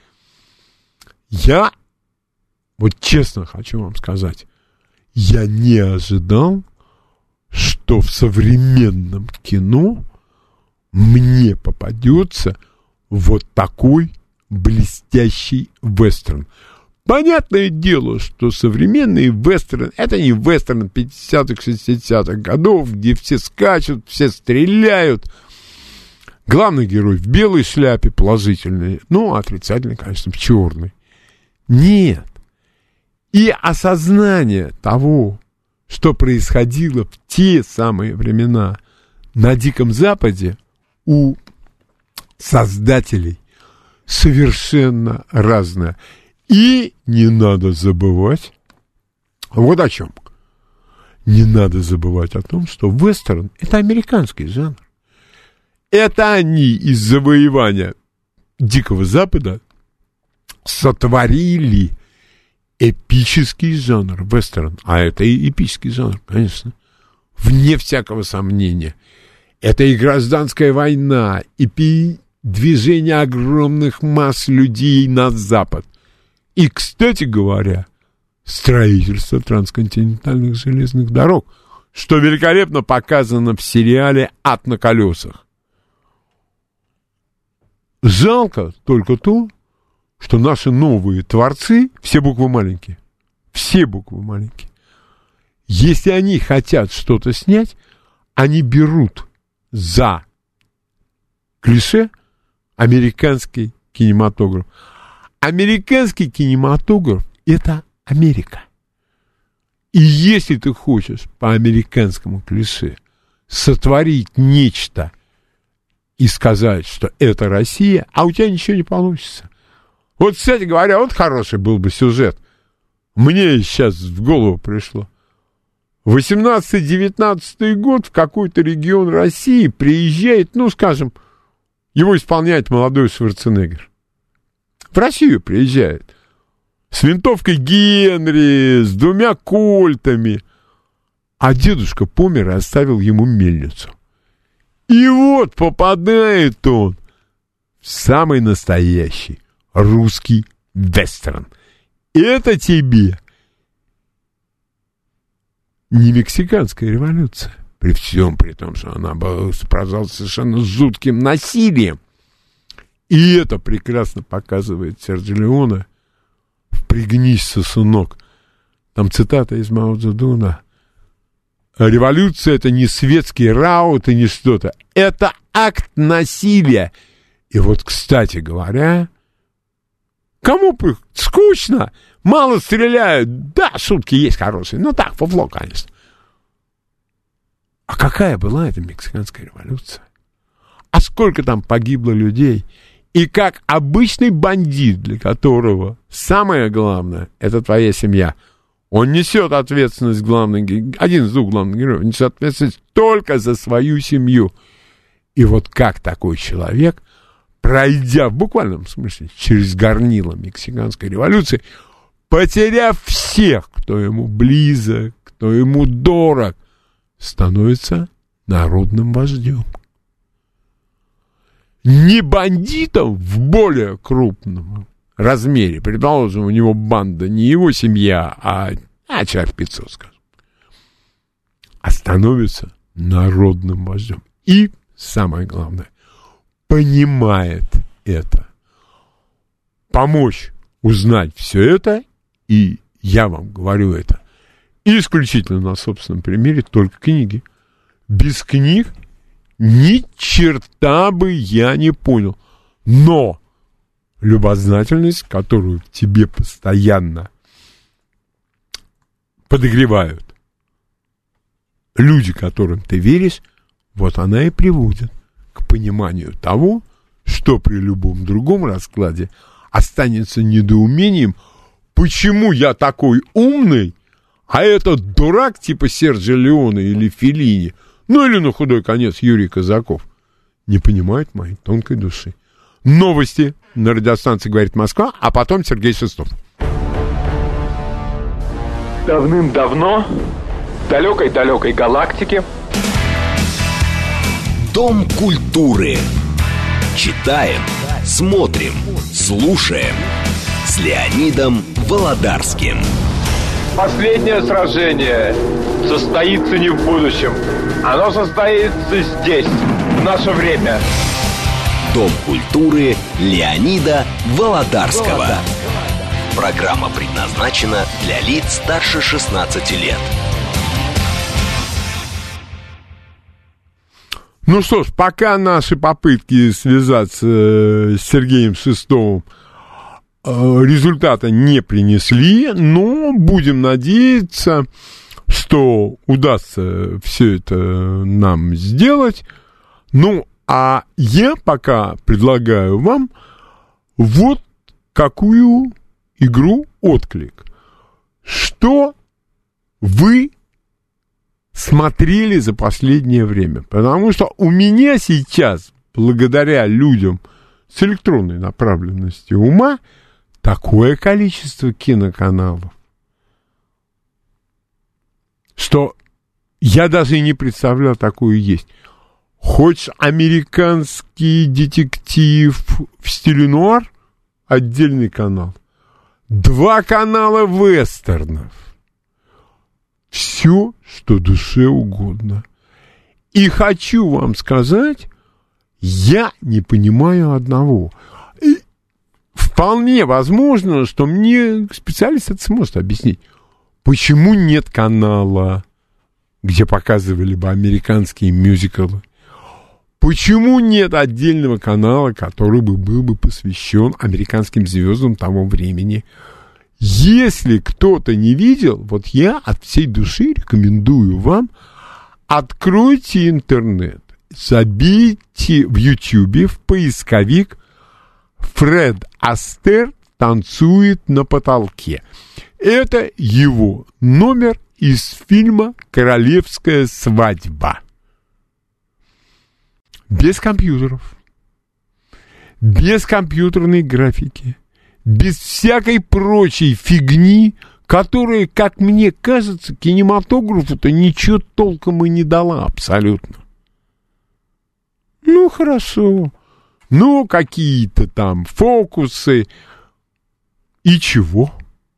Я, вот честно хочу вам сказать, я не ожидал, что в современном кино мне попадется вот такой блестящий вестерн. Понятное дело, что современный вестерн — это не вестерн пятидесятых, шестидесятых годов, где все скачут, все стреляют. Главный герой в белой шляпе, положительный, ну, отрицательный, конечно, в черной. Нет. И осознание того, что происходило в те самые времена на Диком Западе, у создателей совершенно разное. И не надо забывать, вот о чем. Не надо забывать о том, что вестерн — это американский жанр. Это они из завоевания Дикого Запада сотворили эпический жанр вестерн. А это и эпический жанр, конечно. Вне всякого сомнения. Это и гражданская война, и движение огромных масс людей на Запад. И, кстати говоря, строительство трансконтинентальных железных дорог, что великолепно показано в сериале «Ад на колесах». Жалко только то, что наши новые творцы, все буквы маленькие, все буквы маленькие, если они хотят что-то снять, они берут за клише американский кинематограф. Американский кинематограф — это Америка. И если ты хочешь по американскому клише сотворить нечто и сказать, что это Россия, а у тебя ничего не получится. Вот, кстати говоря, вот хороший был бы сюжет. Мне сейчас в голову пришло. восемнадцатый-девятнадцатый год в какой-то регион России приезжает, ну, скажем, его исполняет молодой Шварценеггер. В Россию приезжает. С винтовкой Генри, с двумя кольтами. А дедушка помер и оставил ему мельницу. И вот попадает он в самый настоящий русский вестерн. Это тебе не мексиканская революция, при всем при том, что она была сопровождалась совершенно жутким насилием. И это прекрасно показывает Серджио Леоне в «Пригнись, сосунок». Там цитата из Мао Цзэдуна. Революция — это не светский раут и не что-то. Это акт насилия. И вот, кстати говоря, кому скучно, мало стреляют. Да, шутки есть хорошие. Ну так, фуфло, конечно. А какая была эта мексиканская революция? А сколько там погибло людей? И как обычный бандит, для которого самое главное — это твоя семья, он несет ответственность, главный, один из двух главных героев, несет ответственность только за свою семью. И вот как такой человек, пройдя в буквальном смысле через горнило мексиканской революции, потеряв всех, кто ему близок, кто ему дорог, становится народным вождем. Не бандитом в более крупном размере, предположим, у него банда не его семья, а, а человек пятьсот, скажем, а становится народным вождем. И, самое главное, понимает это. Помочь узнать все это, и я вам говорю это исключительно на собственном примере, только книги. Без книг ни черта бы я не понял. Но любознательность, которую тебе постоянно подогревают люди, которым ты веришь, вот она и приводит к пониманию того, что при любом другом раскладе останется недоумением, почему я такой умный, а этот дурак типа Серджио Леоне или Феллини, ну или на худой конец Юрий Казаков, не понимает моей тонкой души. Новости на радиостанции «Говорит Москва», а потом Сергей Шестов. Давным-давно в далекой-далекой галактике Дом культуры. Читаем, смотрим, слушаем с Леонидом Володарским. последнее сражение состоится не в будущем. Оно состоится здесь, в наше время. Дом культуры Леонида Володарского. Программа предназначена для лиц старше шестнадцати лет. Ну что ж, пока наши попытки связаться с Сергеем Шестовым результата не принесли, но будем надеяться, что удастся все это нам сделать. Ну, а я пока предлагаю вам вот какую игру «Отклик». Что вы смотрели за последнее время? Потому что у меня сейчас, благодаря людям с электронной направленностью ума, такое количество киноканалов, что я даже и не представлял, такое есть. Хочешь американский детектив в стиле нуар? Отдельный канал. Два канала вестернов. все, что душе угодно. И хочу вам сказать, я не понимаю одного. И вполне возможно, что мне специалист это сможет объяснить. Почему нет канала, где показывали бы американские мюзиклы? Почему нет отдельного канала, который бы был бы посвящен американским звездам того времени? Если кто-то не видел, вот я от всей души рекомендую вам, откройте интернет, забейте в Ютьюбе в поисковик «Фред Астейр танцует на потолке». Это его номер из фильма «Королевская свадьба». Без компьютеров, без компьютерной графики, без всякой прочей фигни, которая, как мне кажется, кинематографу-то ничего толком и не дала абсолютно. Ну, хорошо. Ну, какие-то там фокусы. И чего?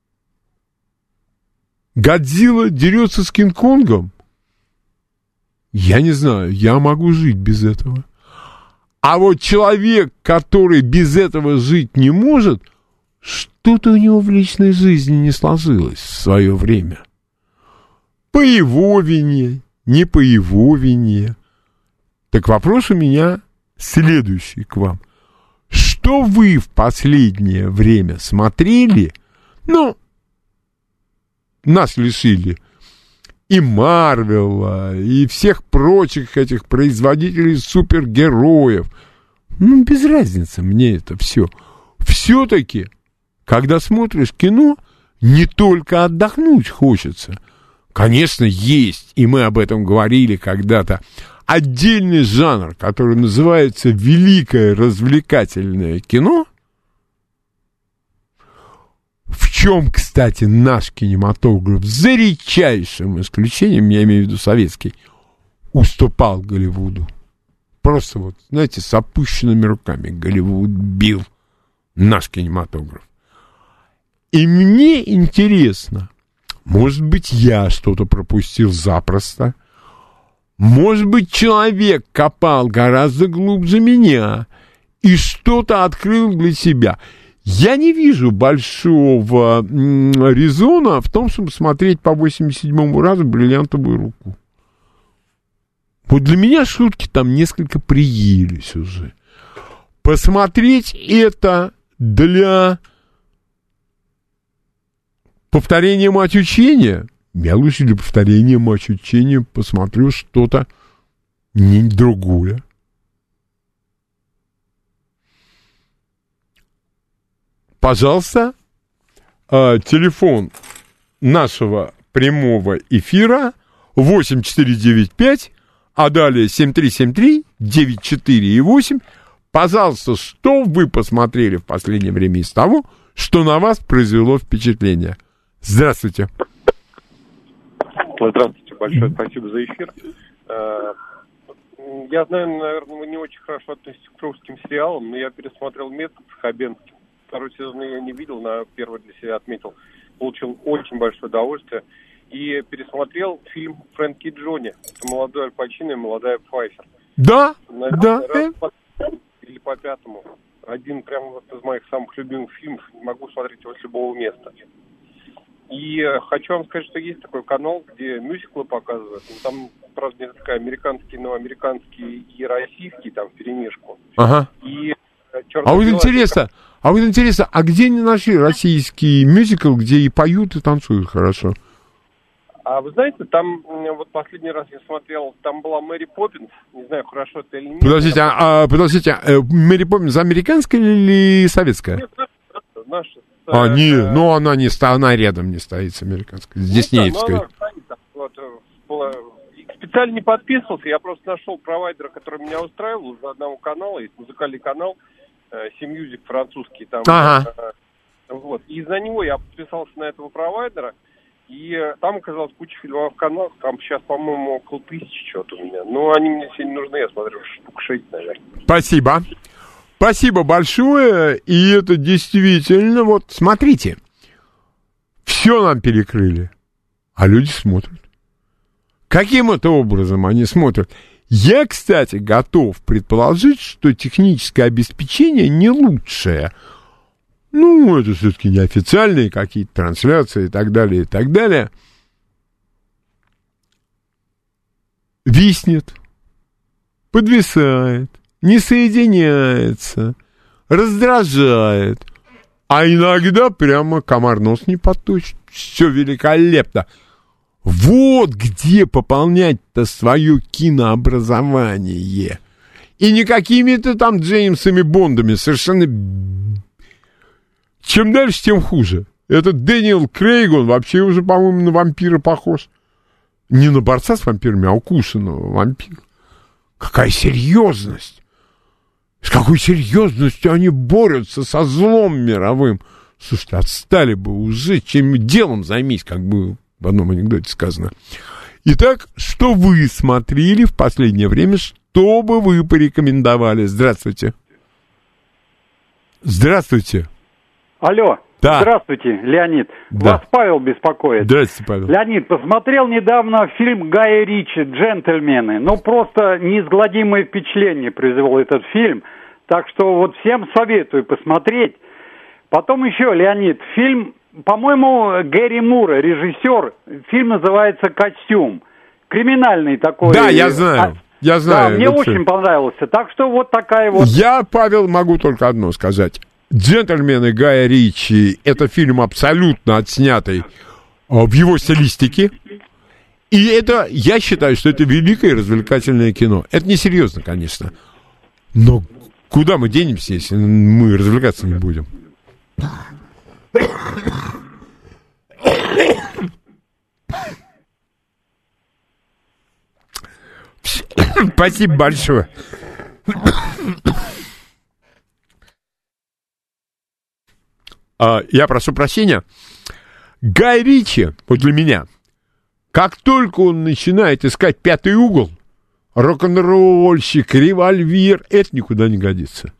Годзилла дерется с Кинг-Конгом? Я не знаю, я могу жить без этого. А вот человек, который без этого жить не может, что-то у него в личной жизни не сложилось в свое время. По его вине, не по его вине. Так вопрос у меня следующий к вам. Что вы в последнее время смотрели? Ну, нас лишили и Марвела, и всех прочих этих производителей супергероев. Ну, без разницы мне это все. Все-таки, когда смотришь кино, не только отдохнуть хочется. Конечно, есть, и мы об этом говорили когда-то, отдельный жанр, который называется великое развлекательное кино, в чем, кстати, наш кинематограф, за редчайшим исключением, я имею в виду советский, уступал Голливуду. Просто вот, знаете, с опущенными руками Голливуд бил наш кинематограф. И мне интересно, может быть, я что-то пропустил запросто, может быть, человек копал гораздо глубже меня и что-то открыл для себя. Я не вижу большого резона в том, чтобы смотреть по восемьдесят седьмому разу «Бриллиантовую руку». Вот для меня шутки там несколько приелись уже. Посмотреть это для повторения «Мать учения». Я лучше для повторения «Мать учения» посмотрю что-то не другое. Пожалуйста, э, телефон нашего прямого эфира восемь четыре девять пять, а далее семь три семь три девять четыре восемь. Пожалуйста, что вы посмотрели в последнее время из того, что на вас произвело впечатление? Здравствуйте. Здравствуйте, большое спасибо за эфир. Я знаю, наверное, вы не очень хорошо относитесь к русским сериалам, но я пересмотрел «Метод» с Хабенским. Второй сезон я не видел, на первый для себя отметил. Получил очень большое удовольствие. И пересмотрел фильм «Фрэнки и Джонни». Это молодой Аль Пачино и молодая Пфайфер. Да, наверное, да. Раз по, или по пятому. Один прям вот из моих самых любимых фильмов. Могу смотреть его с любого места. И хочу вам сказать, что есть такой канал, где мюзиклы показывают. Ну, там, правда, несколько американские, но американские и российские там вперемешку. Ага. И а вот интересно, а вот интересно, а где не нашли российский мюзикл, где и поют, и танцуют хорошо? А вы знаете, там, вот последний раз я смотрел, там была Мэри Поппинс, не знаю, хорошо это или нет. Подождите, а, а, подождите, а, Мэри Поппинс американская или советская? Нет, наша. наша а, э, не, э, ну она не стоит, она рядом не стоит с американской, с диснеевской. Ну, да, стоит, вот, была, специально не подписывался, я просто нашел провайдера, который меня устраивал, из одного канала, есть музыкальный канал, Си Мьюзик французский, там, ага. э, вот, и из-за него я подписался на этого провайдера, и там оказалось куча фильмовых каналов, там сейчас, по-моему, около тысячи что-то у меня, но они мне сегодня нужны, я смотрю, штук шесть, наверное. Спасибо. Спасибо большое, и это действительно, вот, смотрите, все нам перекрыли. А люди смотрят. Каким это образом они смотрят? Я, кстати, готов предположить, что техническое обеспечение не лучшее. Ну, это все-таки неофициальные какие-то трансляции и так далее, и так далее. Виснет, подвисает, не соединяется, раздражает. А иногда прямо комар нос не поточит. Все великолепно. Вот где пополнять-то свое кинообразование. И не какими-то там Джеймсами Бондами. Совершенно... Чем дальше, тем хуже. Этот Дэниел Крейг, он вообще уже, по-моему, на вампира похож. Не на борца с вампирами, а укушенного вампира. Какая серьезность! С какой серьезностью они борются со злом мировым. Слушайте, отстали бы уже, чем делом займись, как бы в одном анекдоте сказано. Итак, что вы смотрели в последнее время, что бы вы порекомендовали? Здравствуйте. Здравствуйте. Алло. Да. Здравствуйте, Леонид. Да. Вас Павел беспокоит. Здравствуйте, Павел. Леонид, посмотрел недавно фильм Гая Ричи «Джентльмены». Ну, просто неизгладимое впечатление произвел этот фильм. Так что вот всем советую посмотреть. Потом еще, Леонид, фильм, по-моему, Гэри Мура, режиссер. Фильм называется «Костюм». Криминальный такой. Да, я знаю. Я знаю. Да, мне очень фильм понравился. Так что вот такая вот... Я, Павел, могу только одно сказать. «Джентльмены» Гая Ричи — это фильм абсолютно отснятый в его стилистике. И это, я считаю, что это великое развлекательное кино. Это несерьезно, конечно. Но куда мы денемся, если мы развлекаться не будем? Спасибо большое. Я прошу прощения. Гай Ричи, вот для меня, как только он начинает искать пятый угол, рок-н-ролльщик, револьвер, это никуда не годится.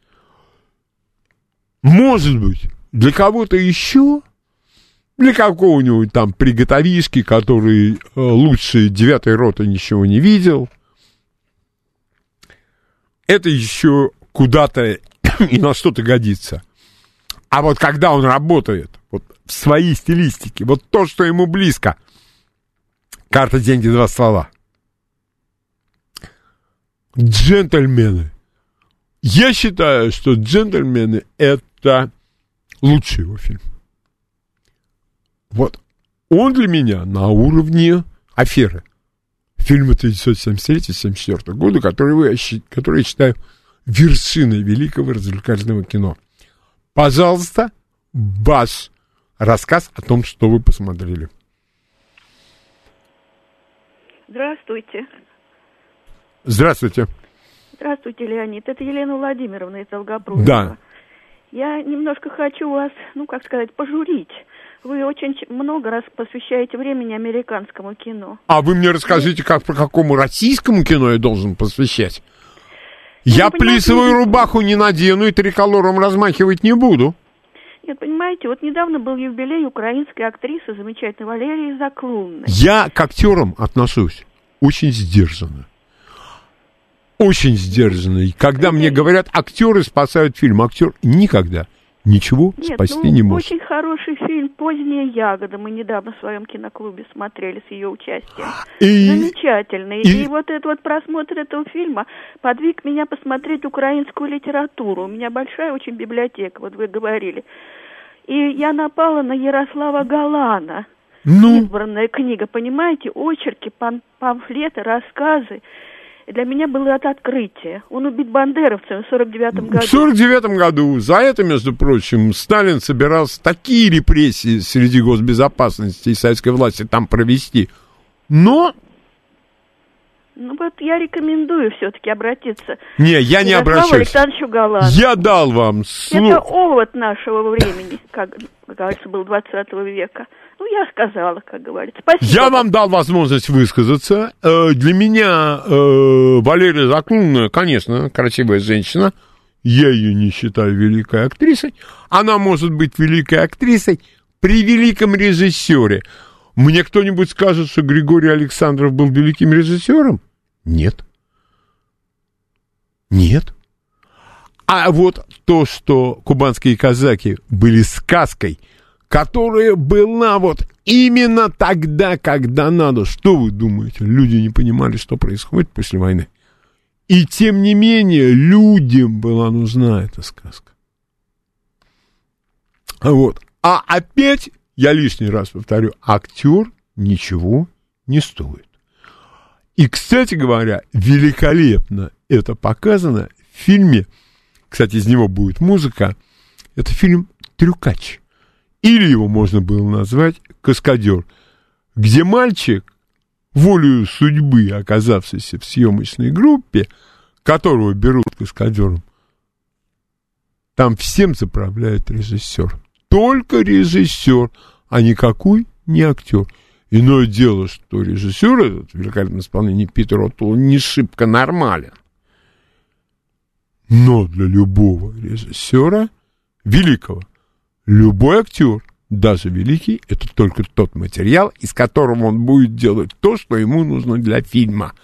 Может быть, для кого-то еще, для какого-нибудь там приготовишки, который лучше девятой роты ничего не видел, это еще куда-то и на что-то годится. А вот когда он работает вот, в своей стилистике, вот то, что ему близко, карта, деньги, два ствола. Джентльмены. Я считаю, что «Джентльмены» — это лучший его фильм. Вот. Он для меня на уровне «Аферы». Фильма тысяча девятьсот семьдесят третьего — семьдесят четвёртого года, который, который я считаю вершиной великого развлекательного кино. Пожалуйста, ваш рассказ о том, что вы посмотрели. Здравствуйте. Здравствуйте. Здравствуйте, Леонид. Это Елена Владимировна из Долгопрудного. Да. Я немножко хочу вас, ну, как сказать, пожурить. Вы очень много раз посвящаете времени американскому кино. А вы мне расскажите, как по какому российскому кино я должен посвящать? Я плисовую рубаху не надену и триколором размахивать не буду. Нет, понимаете, вот недавно был юбилей украинской актрисы, замечательной Валерии Заклунной. Я к актерам отношусь очень сдержанно. Очень сдержанно. И когда Конечно. Мне говорят, актеры спасают фильм, актер никогда ничего Нет, спасти ну, не может. Очень хороший фильм «Поздняя ягода». Мы недавно в своем киноклубе смотрели с ее участием. И... Замечательный. И... И вот этот вот просмотр этого фильма подвиг меня посмотреть украинскую литературу. У меня большая очень библиотека, вот вы говорили. И я напала на Ярослава Галана. Ну... Избранная книга, понимаете? Очерки, пам- памфлеты, рассказы. Для меня было это открытие. Он убит бандеровцем в сорок девятом году. В сорок девятом году. За это, между прочим, Сталин собирался такие репрессии среди госбезопасности и советской власти там провести. Но... Ну вот я рекомендую все-таки обратиться. Не, я не обращаюсь. Александровичу Галану. Я дал вам слово. Это овод нашего времени, как говорится, был двадцатого века. Ну, я сказала, как говорится. Спасибо. Я вам дал возможность высказаться. Для меня Валерия Заклунная, конечно, красивая женщина. Я ее не считаю великой актрисой. Она может быть великой актрисой при великом режиссере. Мне кто-нибудь скажет, что Григорий Александров был великим режиссером? Нет. Нет. А вот то, что кубанские казаки были сказкой, которая была вот именно тогда, когда надо. Что вы думаете? Люди не понимали, что происходит после войны. И тем не менее, людям была нужна эта сказка. Вот. А опять, я лишний раз повторю, актер ничего не стоит. И, кстати говоря, великолепно это показано в фильме, кстати, из него будет музыка, это фильм «Трюкач». Или его можно было назвать «Каскадер», где мальчик, волею судьбы, оказавшийся в съемочной группе, которого берут каскадером, там всем заправляет режиссер. Только режиссер, а никакой не актер. Иное дело, что режиссер этот в великолепном исполнении Питера О'Толла не шибко нормален. Но для любого режиссера, великого, любой актер, даже великий, это только тот материал, из которого он будет делать то, что ему нужно для фильма.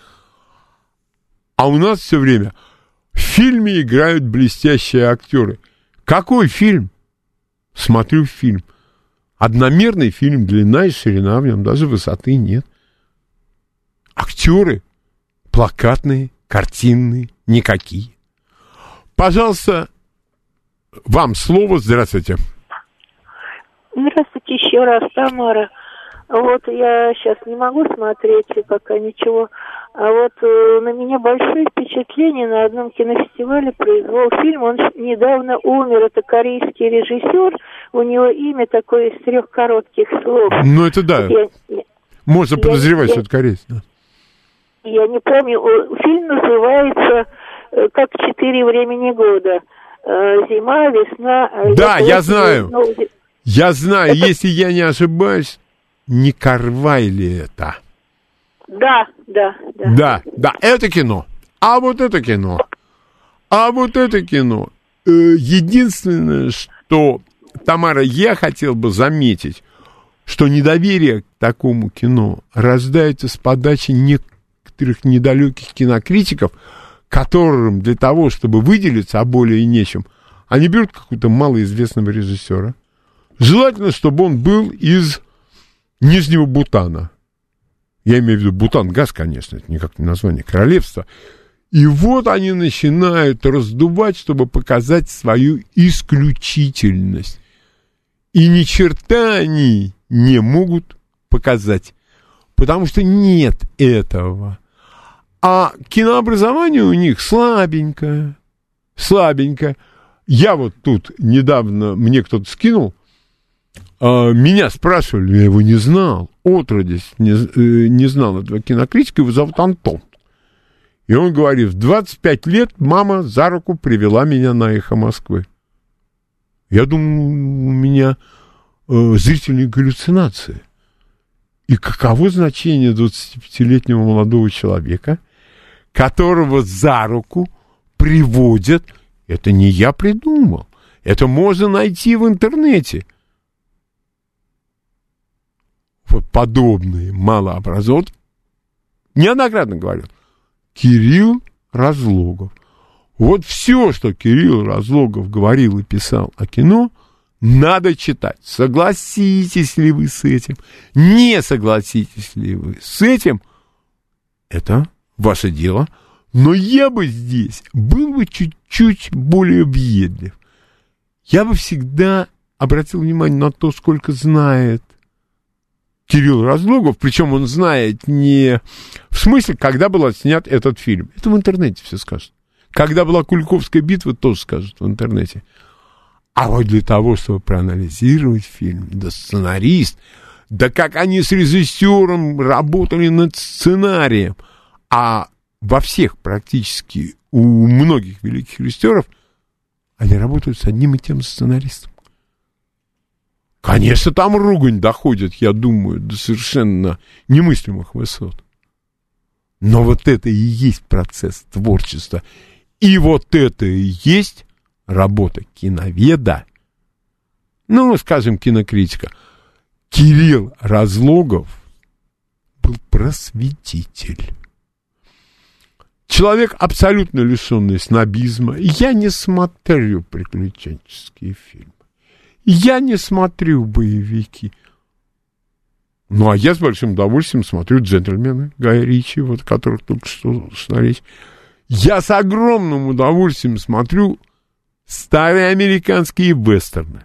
А у нас все время в фильме играют блестящие актеры. Какой фильм? Смотрю фильм. Одномерный фильм, длина и ширина в нем, даже высоты нет. Актеры плакатные, картинные, никакие. Пожалуйста, вам слово. Здравствуйте. Здравствуйте еще раз, Тамара. Вот я сейчас не могу смотреть пока ничего. А вот э, на меня большое впечатление на одном кинофестивале произвел фильм. Он недавно умер. Это корейский режиссер. У него имя такое из трех коротких слов. Ну, это да. Я, Можно я, подозревать, я, что это корейец. Да. Я не помню. Фильм называется «Как четыре времени года». Зима, весна... Да, я знаю. Весну. Я знаю. Это... Если я не ошибаюсь, не Карвай ли это? Да, да, да. Да, да, это кино. А вот это кино. А вот это кино. Единственное, что, Тамара, я хотел бы заметить, что недоверие к такому кино рождается с подачи некоторых недалеких кинокритиков, которым для того, чтобы выделиться, а более нечем, они берут какого-то малоизвестного режиссера. Желательно, чтобы он был из Нижнего Бутана. Я имею в виду Бутан-Газ, конечно, это никак не название королевства. И вот они начинают раздувать, чтобы показать свою исключительность. И ни черта они не могут показать, потому что нет этого. А кинообразование у них слабенькое, слабенькое. Я вот тут недавно, мне кто-то скинул, а, меня спрашивали, я его не знал, отродясь не, э, не знал этого кинокритика, его зовут Антон. И он говорит, в двадцать пять лет мама за руку привела меня на «Эхо Москвы». Я думаю, у меня э, зрительные галлюцинации. И каково значение двадцатипятилетнего молодого человека, которого за руку приводят, это не я придумал, это можно найти в интернете. Вот подобные малообразованные, неоднократно говорю, Кирилл Разлогов. Вот все, что Кирилл Разлогов говорил и писал о кино, надо читать. Согласитесь ли вы с этим? Не согласитесь ли вы с этим? Это ваше дело. Но я бы здесь был бы чуть-чуть более въедлив. Я бы всегда обратил внимание на то, сколько знает Кирилл Разлогов, причем он знает не в смысле, когда был отснят этот фильм. Это в интернете все скажут. Когда была Куликовская битва, тоже скажут в интернете. А вот для того, чтобы проанализировать фильм, да сценарист, да как они с режиссером работали над сценарием, а во всех практически, у многих великих режиссеров, они работают с одним и тем сценаристом. Конечно, там ругань доходит, я думаю, до совершенно немыслимых высот. Но вот это и есть процесс творчества. И вот это и есть работа киноведа, ну, скажем, кинокритика. Кирилл Разлогов был просветитель. Человек, абсолютно лишенный снобизма. Я не смотрю приключенческие фильмы. Я не смотрю боевики. Ну, а я с большим удовольствием смотрю «Джентльмены» Гая Ричи, вот, которых только что смотреть. Я с огромным удовольствием смотрю старые американские вестерны.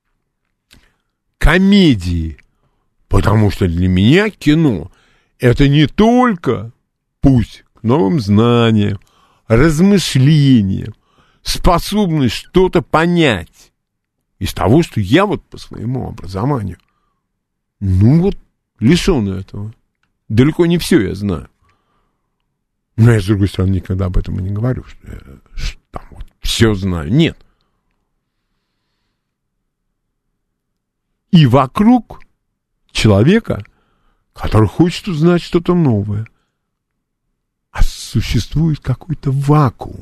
Комедии. Потому что для меня кино — это не только путь к новым знаниям, размышлениям, способность что-то понять из того, что я вот по своему образованию, ну вот, лишен этого. Далеко не все я знаю. Но я, с другой стороны, никогда об этом и не говорю, что я что там вот все знаю. Нет. И вокруг человека, который хочет узнать что-то новое, а существует какой-то вакуум.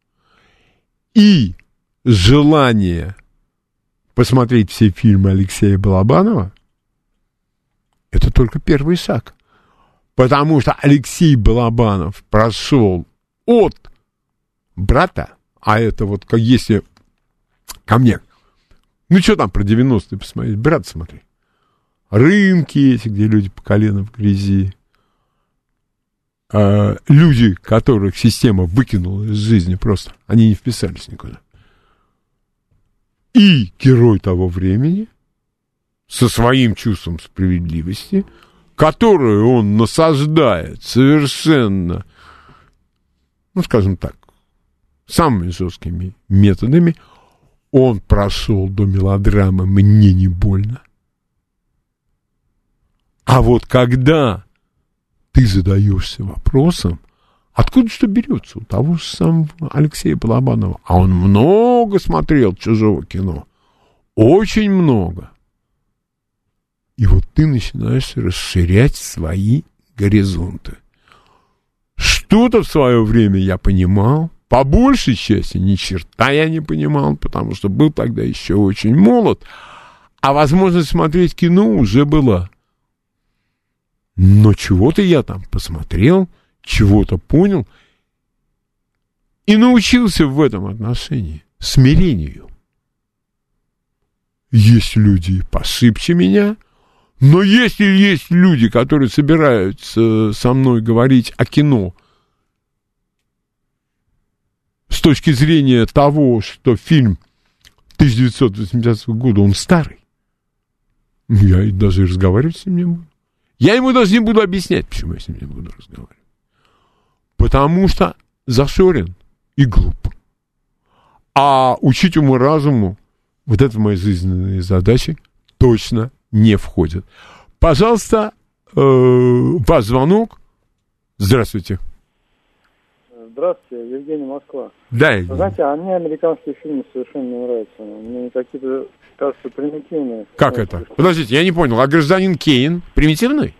И желание посмотреть все фильмы Алексея Балабанова — это только первый шаг. Потому что Алексей Балабанов прошел от брата, а это вот как если ко мне, ну что там про девяностые посмотреть, брат, смотри. Рынки эти, где люди по колено в грязи. А, люди, которых система выкинула из жизни просто, они не вписались никуда. И герой того времени со своим чувством справедливости, которое он насаждает совершенно, ну, скажем так, самыми жесткими методами, он прошел до мелодрамы «Мне не больно». А вот когда ты задаешься вопросом, откуда что берется у того же самого Алексея Балабанова, а он много смотрел чужого кино, очень много, и вот ты начинаешь расширять свои горизонты. Что-то в свое время я понимал, по большей части ни черта я не понимал, потому что был тогда еще очень молод, а возможность смотреть кино уже была. Но чего-то я там посмотрел, чего-то понял и научился в этом отношении смирению. Есть люди пошибче меня, но если есть люди, которые собираются со мной говорить о кино с точки зрения того, что фильм тысяча девятьсот восьмидесятого года, он старый, я и даже разговаривать с ним не буду. Я ему даже не буду объяснять, почему я с ним не буду разговаривать. Потому что зашорен и глуп. А учить уму-разуму, вот это в мои жизненные задачи, точно не входит. Пожалуйста, э, ваш звонок. Здравствуйте. Здравствуйте, Евгений, Москва. Да, Евгений. Знаете, а мне американские фильмы совершенно не нравятся. Мне какие-то, кажется, примитивные. Как это? Подождите, я не понял. А гражданин Кейн примитивный?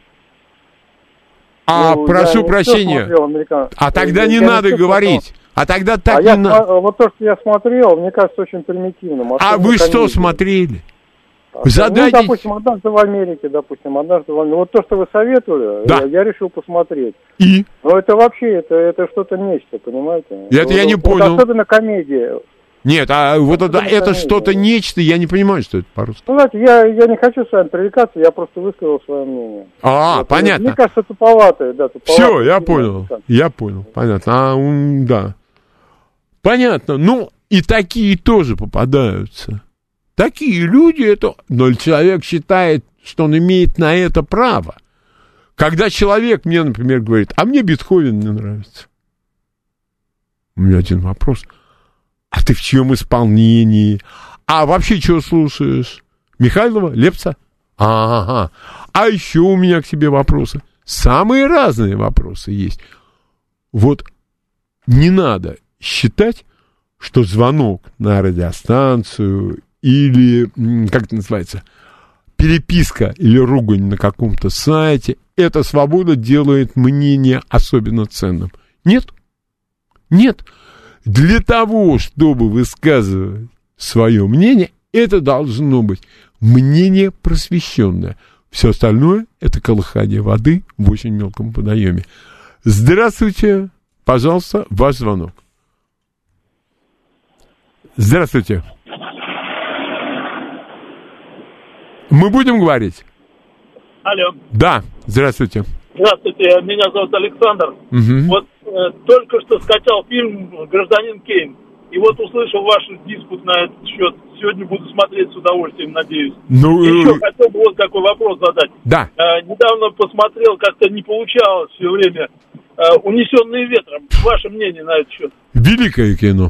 А, ну, прошу прощения. Американ... А тогда я не надо говорить. Смотрел. А тогда так а не я надо. См... Вот то, что я смотрел, мне кажется, очень примитивным. А вы что комедии. Смотрели? А, Задайте... Ну, допустим, «Однажды в Америке», допустим, «Однажды в Америке». Вот то, что вы советовали, да. я, я решил посмотреть. И? Но это вообще, это, это что-то нечто, понимаете? Это вот, я не вот, понял. Особенно комедия. Нет, а вот это, это что-то нечто, я не понимаю, что это по-русски. Ну, знаете, я, я не хочу с вами привлекаться, я просто высказал свое мнение. А, вот, понятно. Мне кажется, туповатое, да, туповатое. Все, я понял, я понял, понятно. А, ум, да. Понятно, ну, и такие тоже попадаются. Такие люди, это... Но человек считает, что он имеет на это право. Когда человек мне, например, говорит, а мне Бетховен не нравится. У меня один вопрос. А ты в чьем исполнении? А вообще что слушаешь? Михайлова? Лепса? Ага. А еще у меня к тебе вопросы. Самые разные вопросы есть. Вот не надо считать, что звонок на радиостанцию или, как это называется, переписка или ругань на каком-то сайте, эта свобода делает мнение особенно ценным. Нет. Нет. Для того, чтобы высказывать свое мнение, это должно быть мнение просвещенное. Все остальное – это колыхание воды в очень мелком водоеме. Здравствуйте. Пожалуйста, ваш звонок. Здравствуйте. Мы будем говорить? Алло. Да, здравствуйте. Здравствуйте, меня зовут Александр. Угу. Вот э, только что скачал фильм «Гражданин Кейн». И вот услышал ваш диспут на этот счет. Сегодня буду смотреть с удовольствием, надеюсь. Ну, еще э... хотел бы вот какой вопрос задать. Да. Э, недавно посмотрел, как-то не получалось все время. Э, «Унесенные ветром». Ваше мнение на этот счет? Великое кино.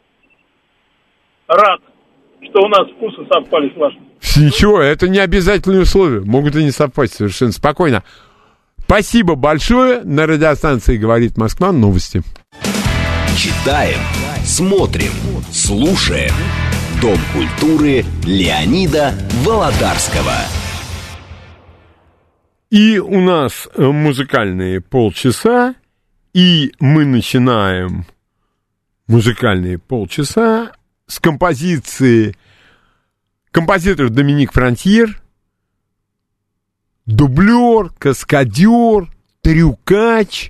Рад, что у нас вкусы совпали с вашим. Ничего, это не обязательные условия. Могут и не совпасть совершенно спокойно. Спасибо большое. На радиостанции «Говорит Москва» новости. Читаем, смотрим, слушаем. Дом культуры Леонида Володарского. И у нас музыкальные полчаса, и мы начинаем музыкальные полчаса с композиции композитор Доминик Фронтьер, дублер, каскадер, трюкач.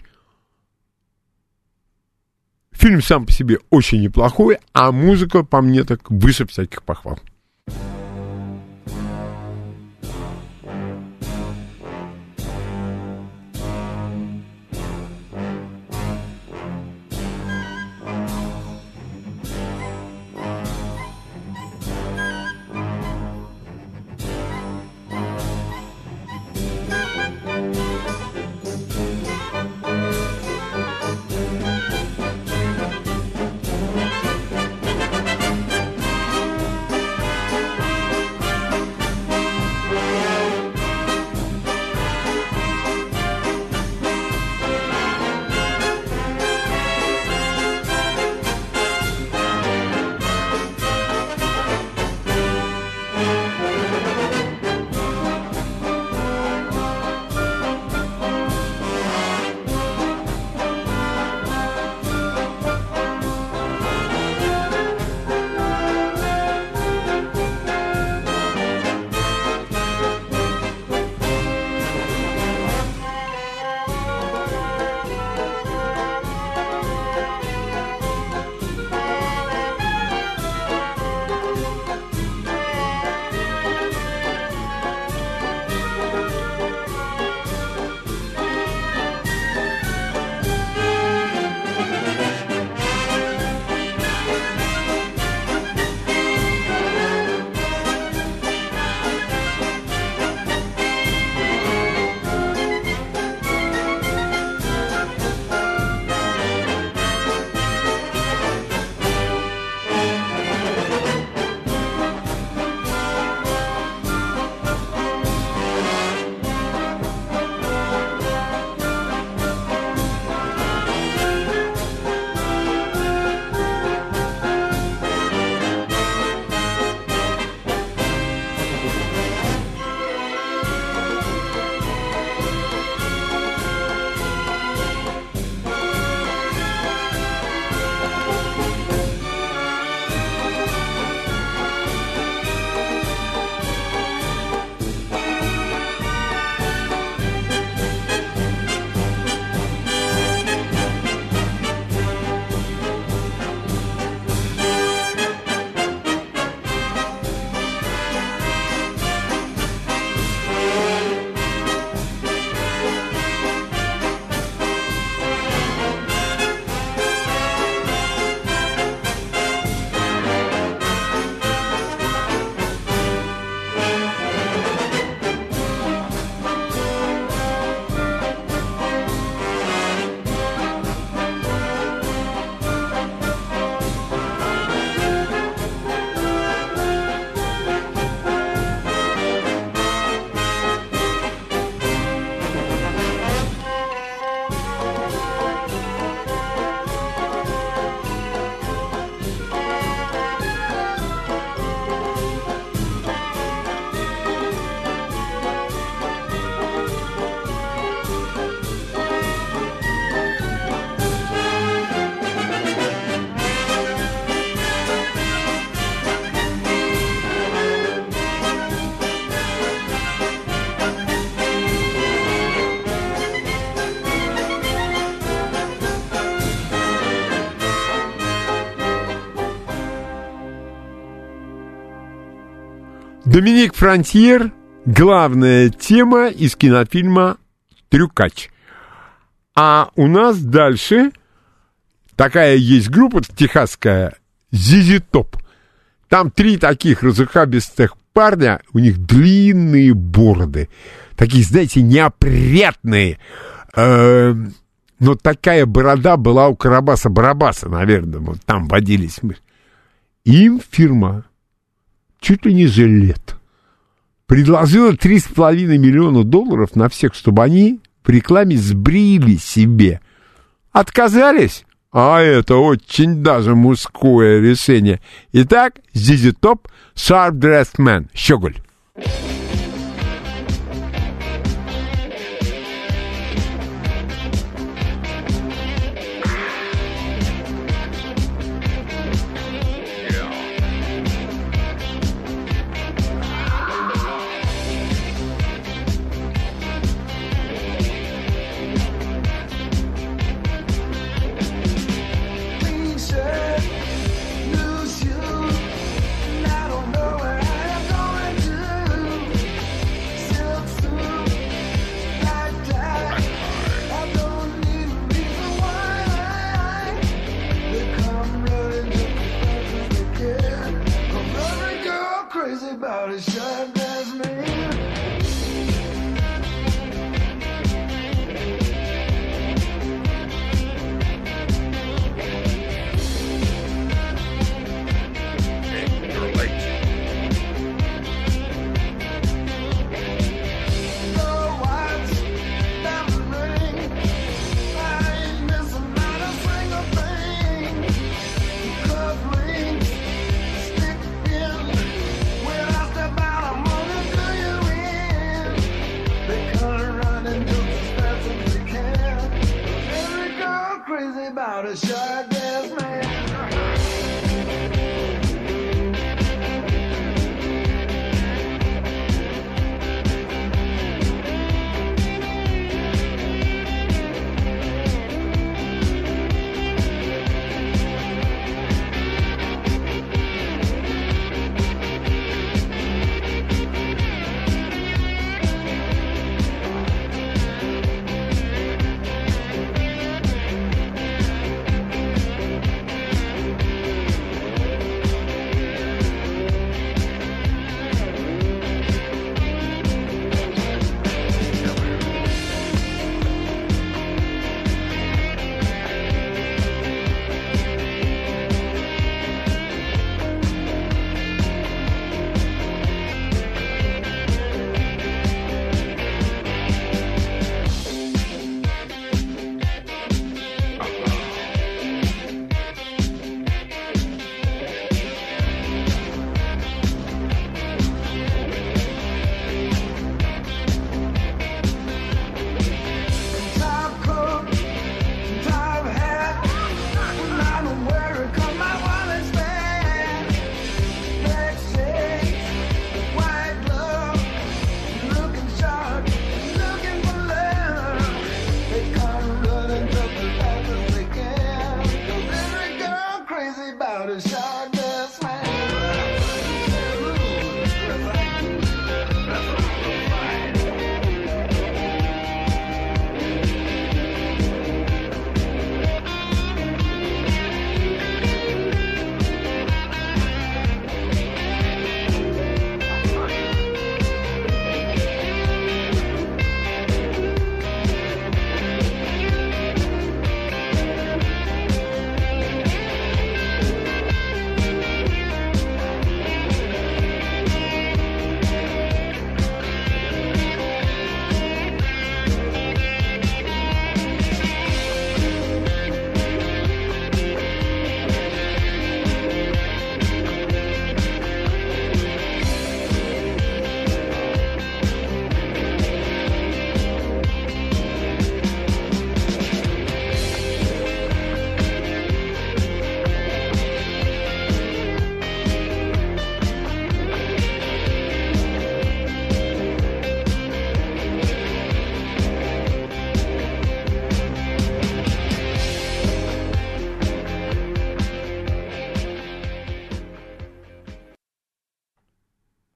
Фильм сам по себе очень неплохой, а музыка, по мне, так выше всяких похвал. Доминик Фронтьер — главная тема из кинофильма «Трюкач». А у нас дальше такая есть группа техасская зет зет Top. Там три таких разухабистых парня, у них длинные бороды. Такие, знаете, неопрятные. Э-э- но такая борода была у Карабаса-Барабаса, наверное. Вот там водились мы. Им фирма чуть ли не за лет предложила три с половиной миллиона долларов на всех, чтобы они в рекламе сбрили себе. Отказались? А это очень даже мужское решение. Итак, зет зет Top, Sharp Dressed Man. Щеголь.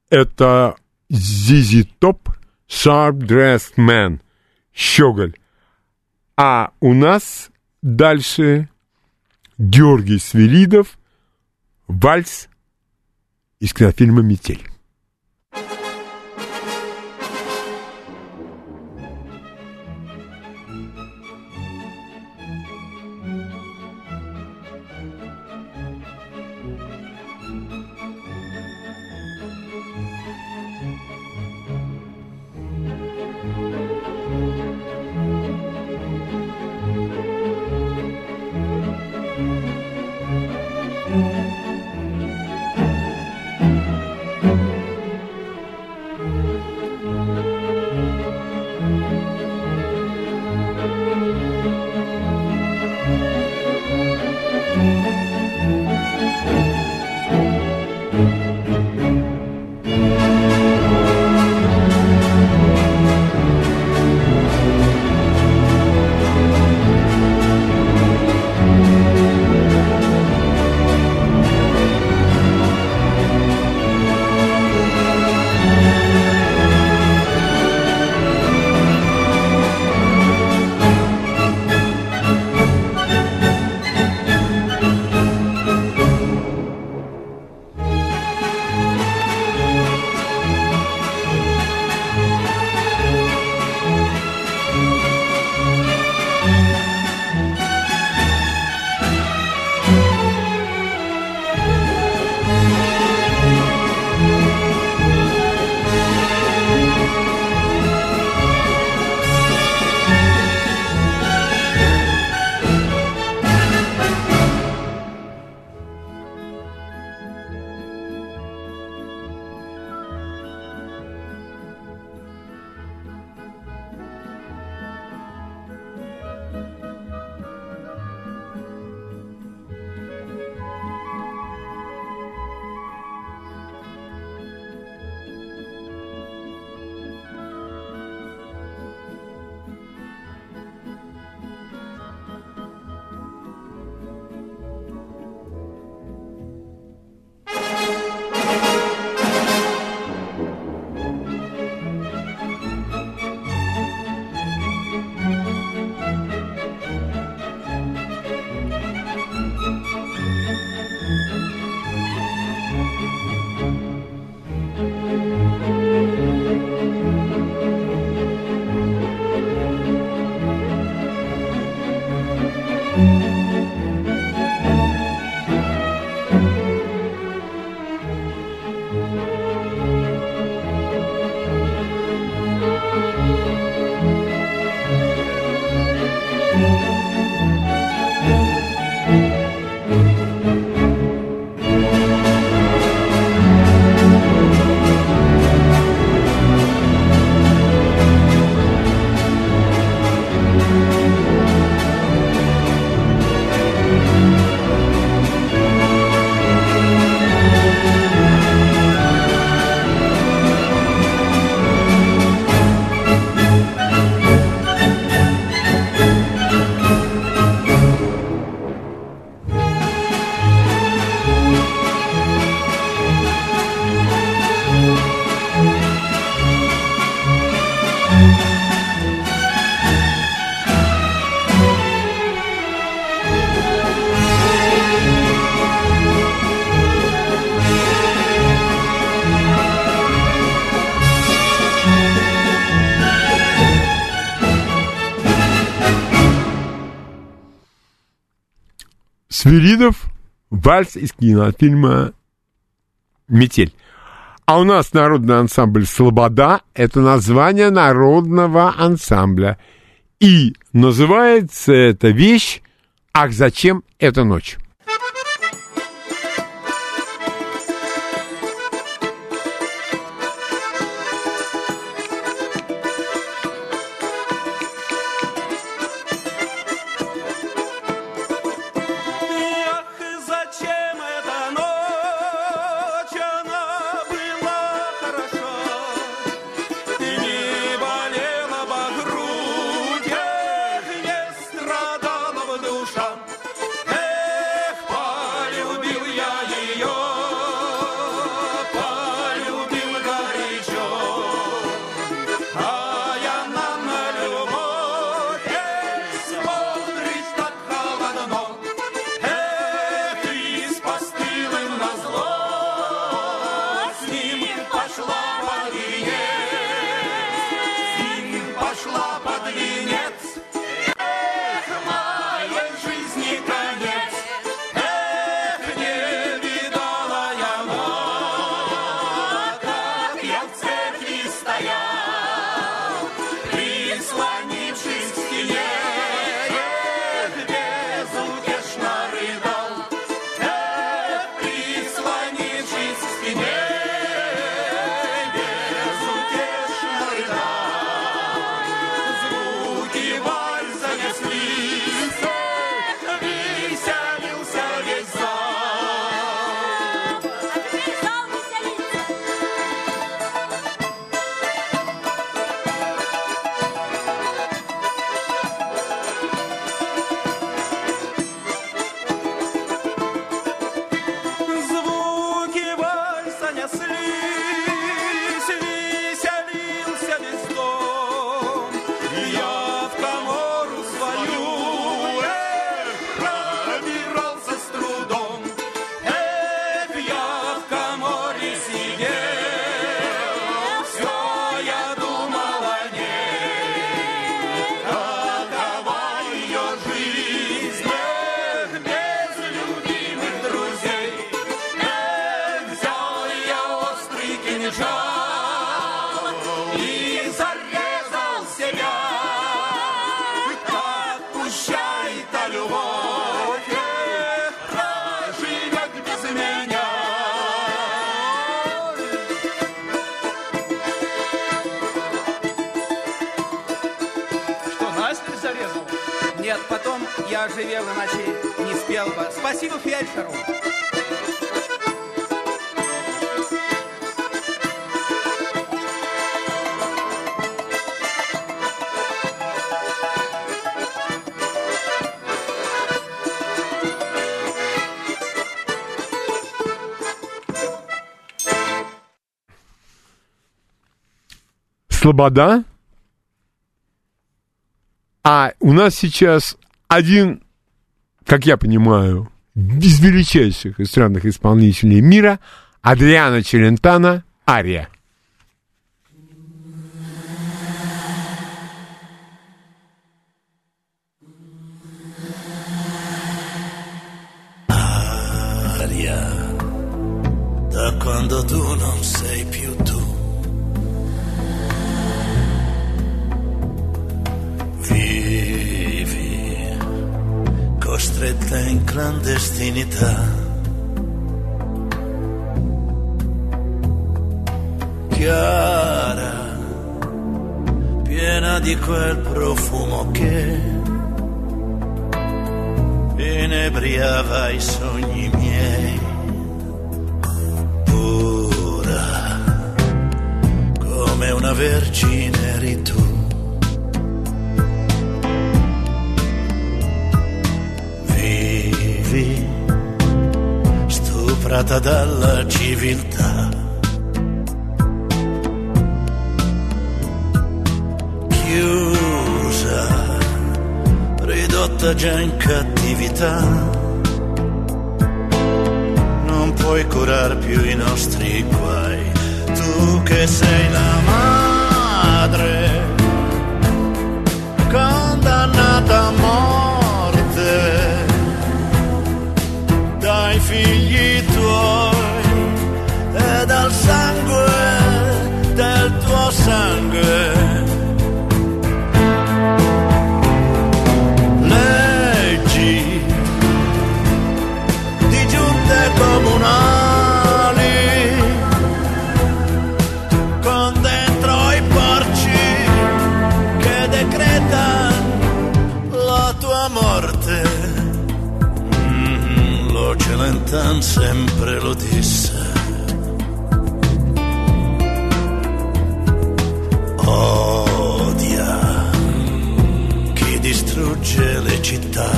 Это Зизи Топ, Sharp Dressed Man, Щеголь. А у нас дальше Георгий Свиридов, вальс из кинофильма «Метель». Свиридов, вальс из кинофильма «Метель». А у нас народный ансамбль «Слобода» — это название народного ансамбля. И называется эта вещь «Ах, зачем эта ночь?». Эх, разревел, иначе не спел бы. Спасибо фельдшеру. Слобода. А у нас сейчас один, как я понимаю, из величайших эстрадных исполнителей мира, Адриано Челентано, «Ария». Aria, da quando tu non sei più tu. Vivi costretta in clandestinità, chiara, piena di quel profumo che inebriava i sogni miei, pura come una vergine eri tu. Stuprata dalla civiltà, chiusa, ridotta già in cattività, non puoi curar più i nostri guai, tu che sei la madre condannata a morte dai figli tuoi e dal sangue del tuo sangue. Leggi di giunte comunali con dentro i porci che decretano la tua morte. Celentan sempre lo disse, odia chi distrugge le città,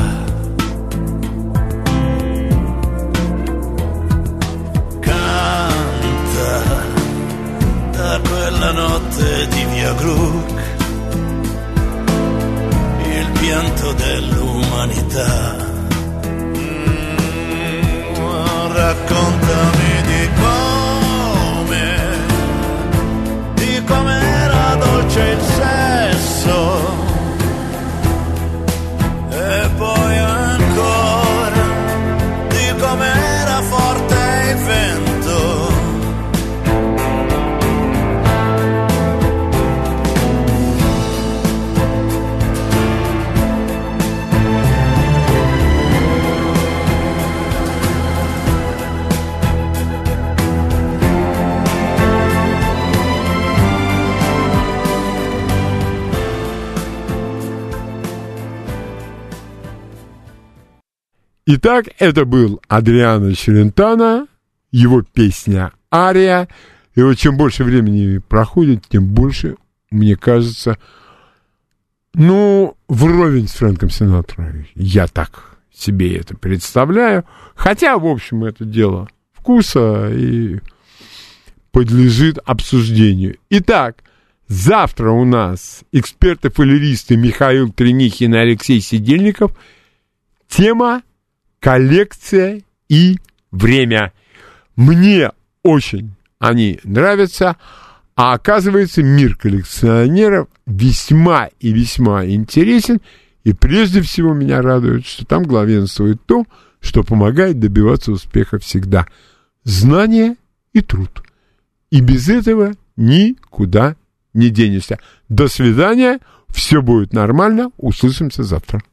canta da quella notte di Via Gluck il pianto dell'umanità. Raccontami di come, di com'era dolce il sesso, e poi ancora di com'era forte il vento. Итак, это был Адриано Челентано, его песня «Ария». И вот чем больше времени проходит, тем больше, мне кажется, ну, вровень с Фрэнком Синатрой. Я так себе это представляю. Хотя, в общем, это дело вкуса и подлежит обсуждению. Итак, завтра у нас эксперты-фолеристы Михаил Тренихин и Алексей Сидельников. Тема «Коллекция и время». Мне очень они нравятся, а оказывается, мир коллекционеров весьма и весьма интересен, и прежде всего меня радует, что там главенствует то, что помогает добиваться успеха всегда. Знание и труд. И без этого никуда не денешься. До свидания, все будет нормально, услышимся завтра.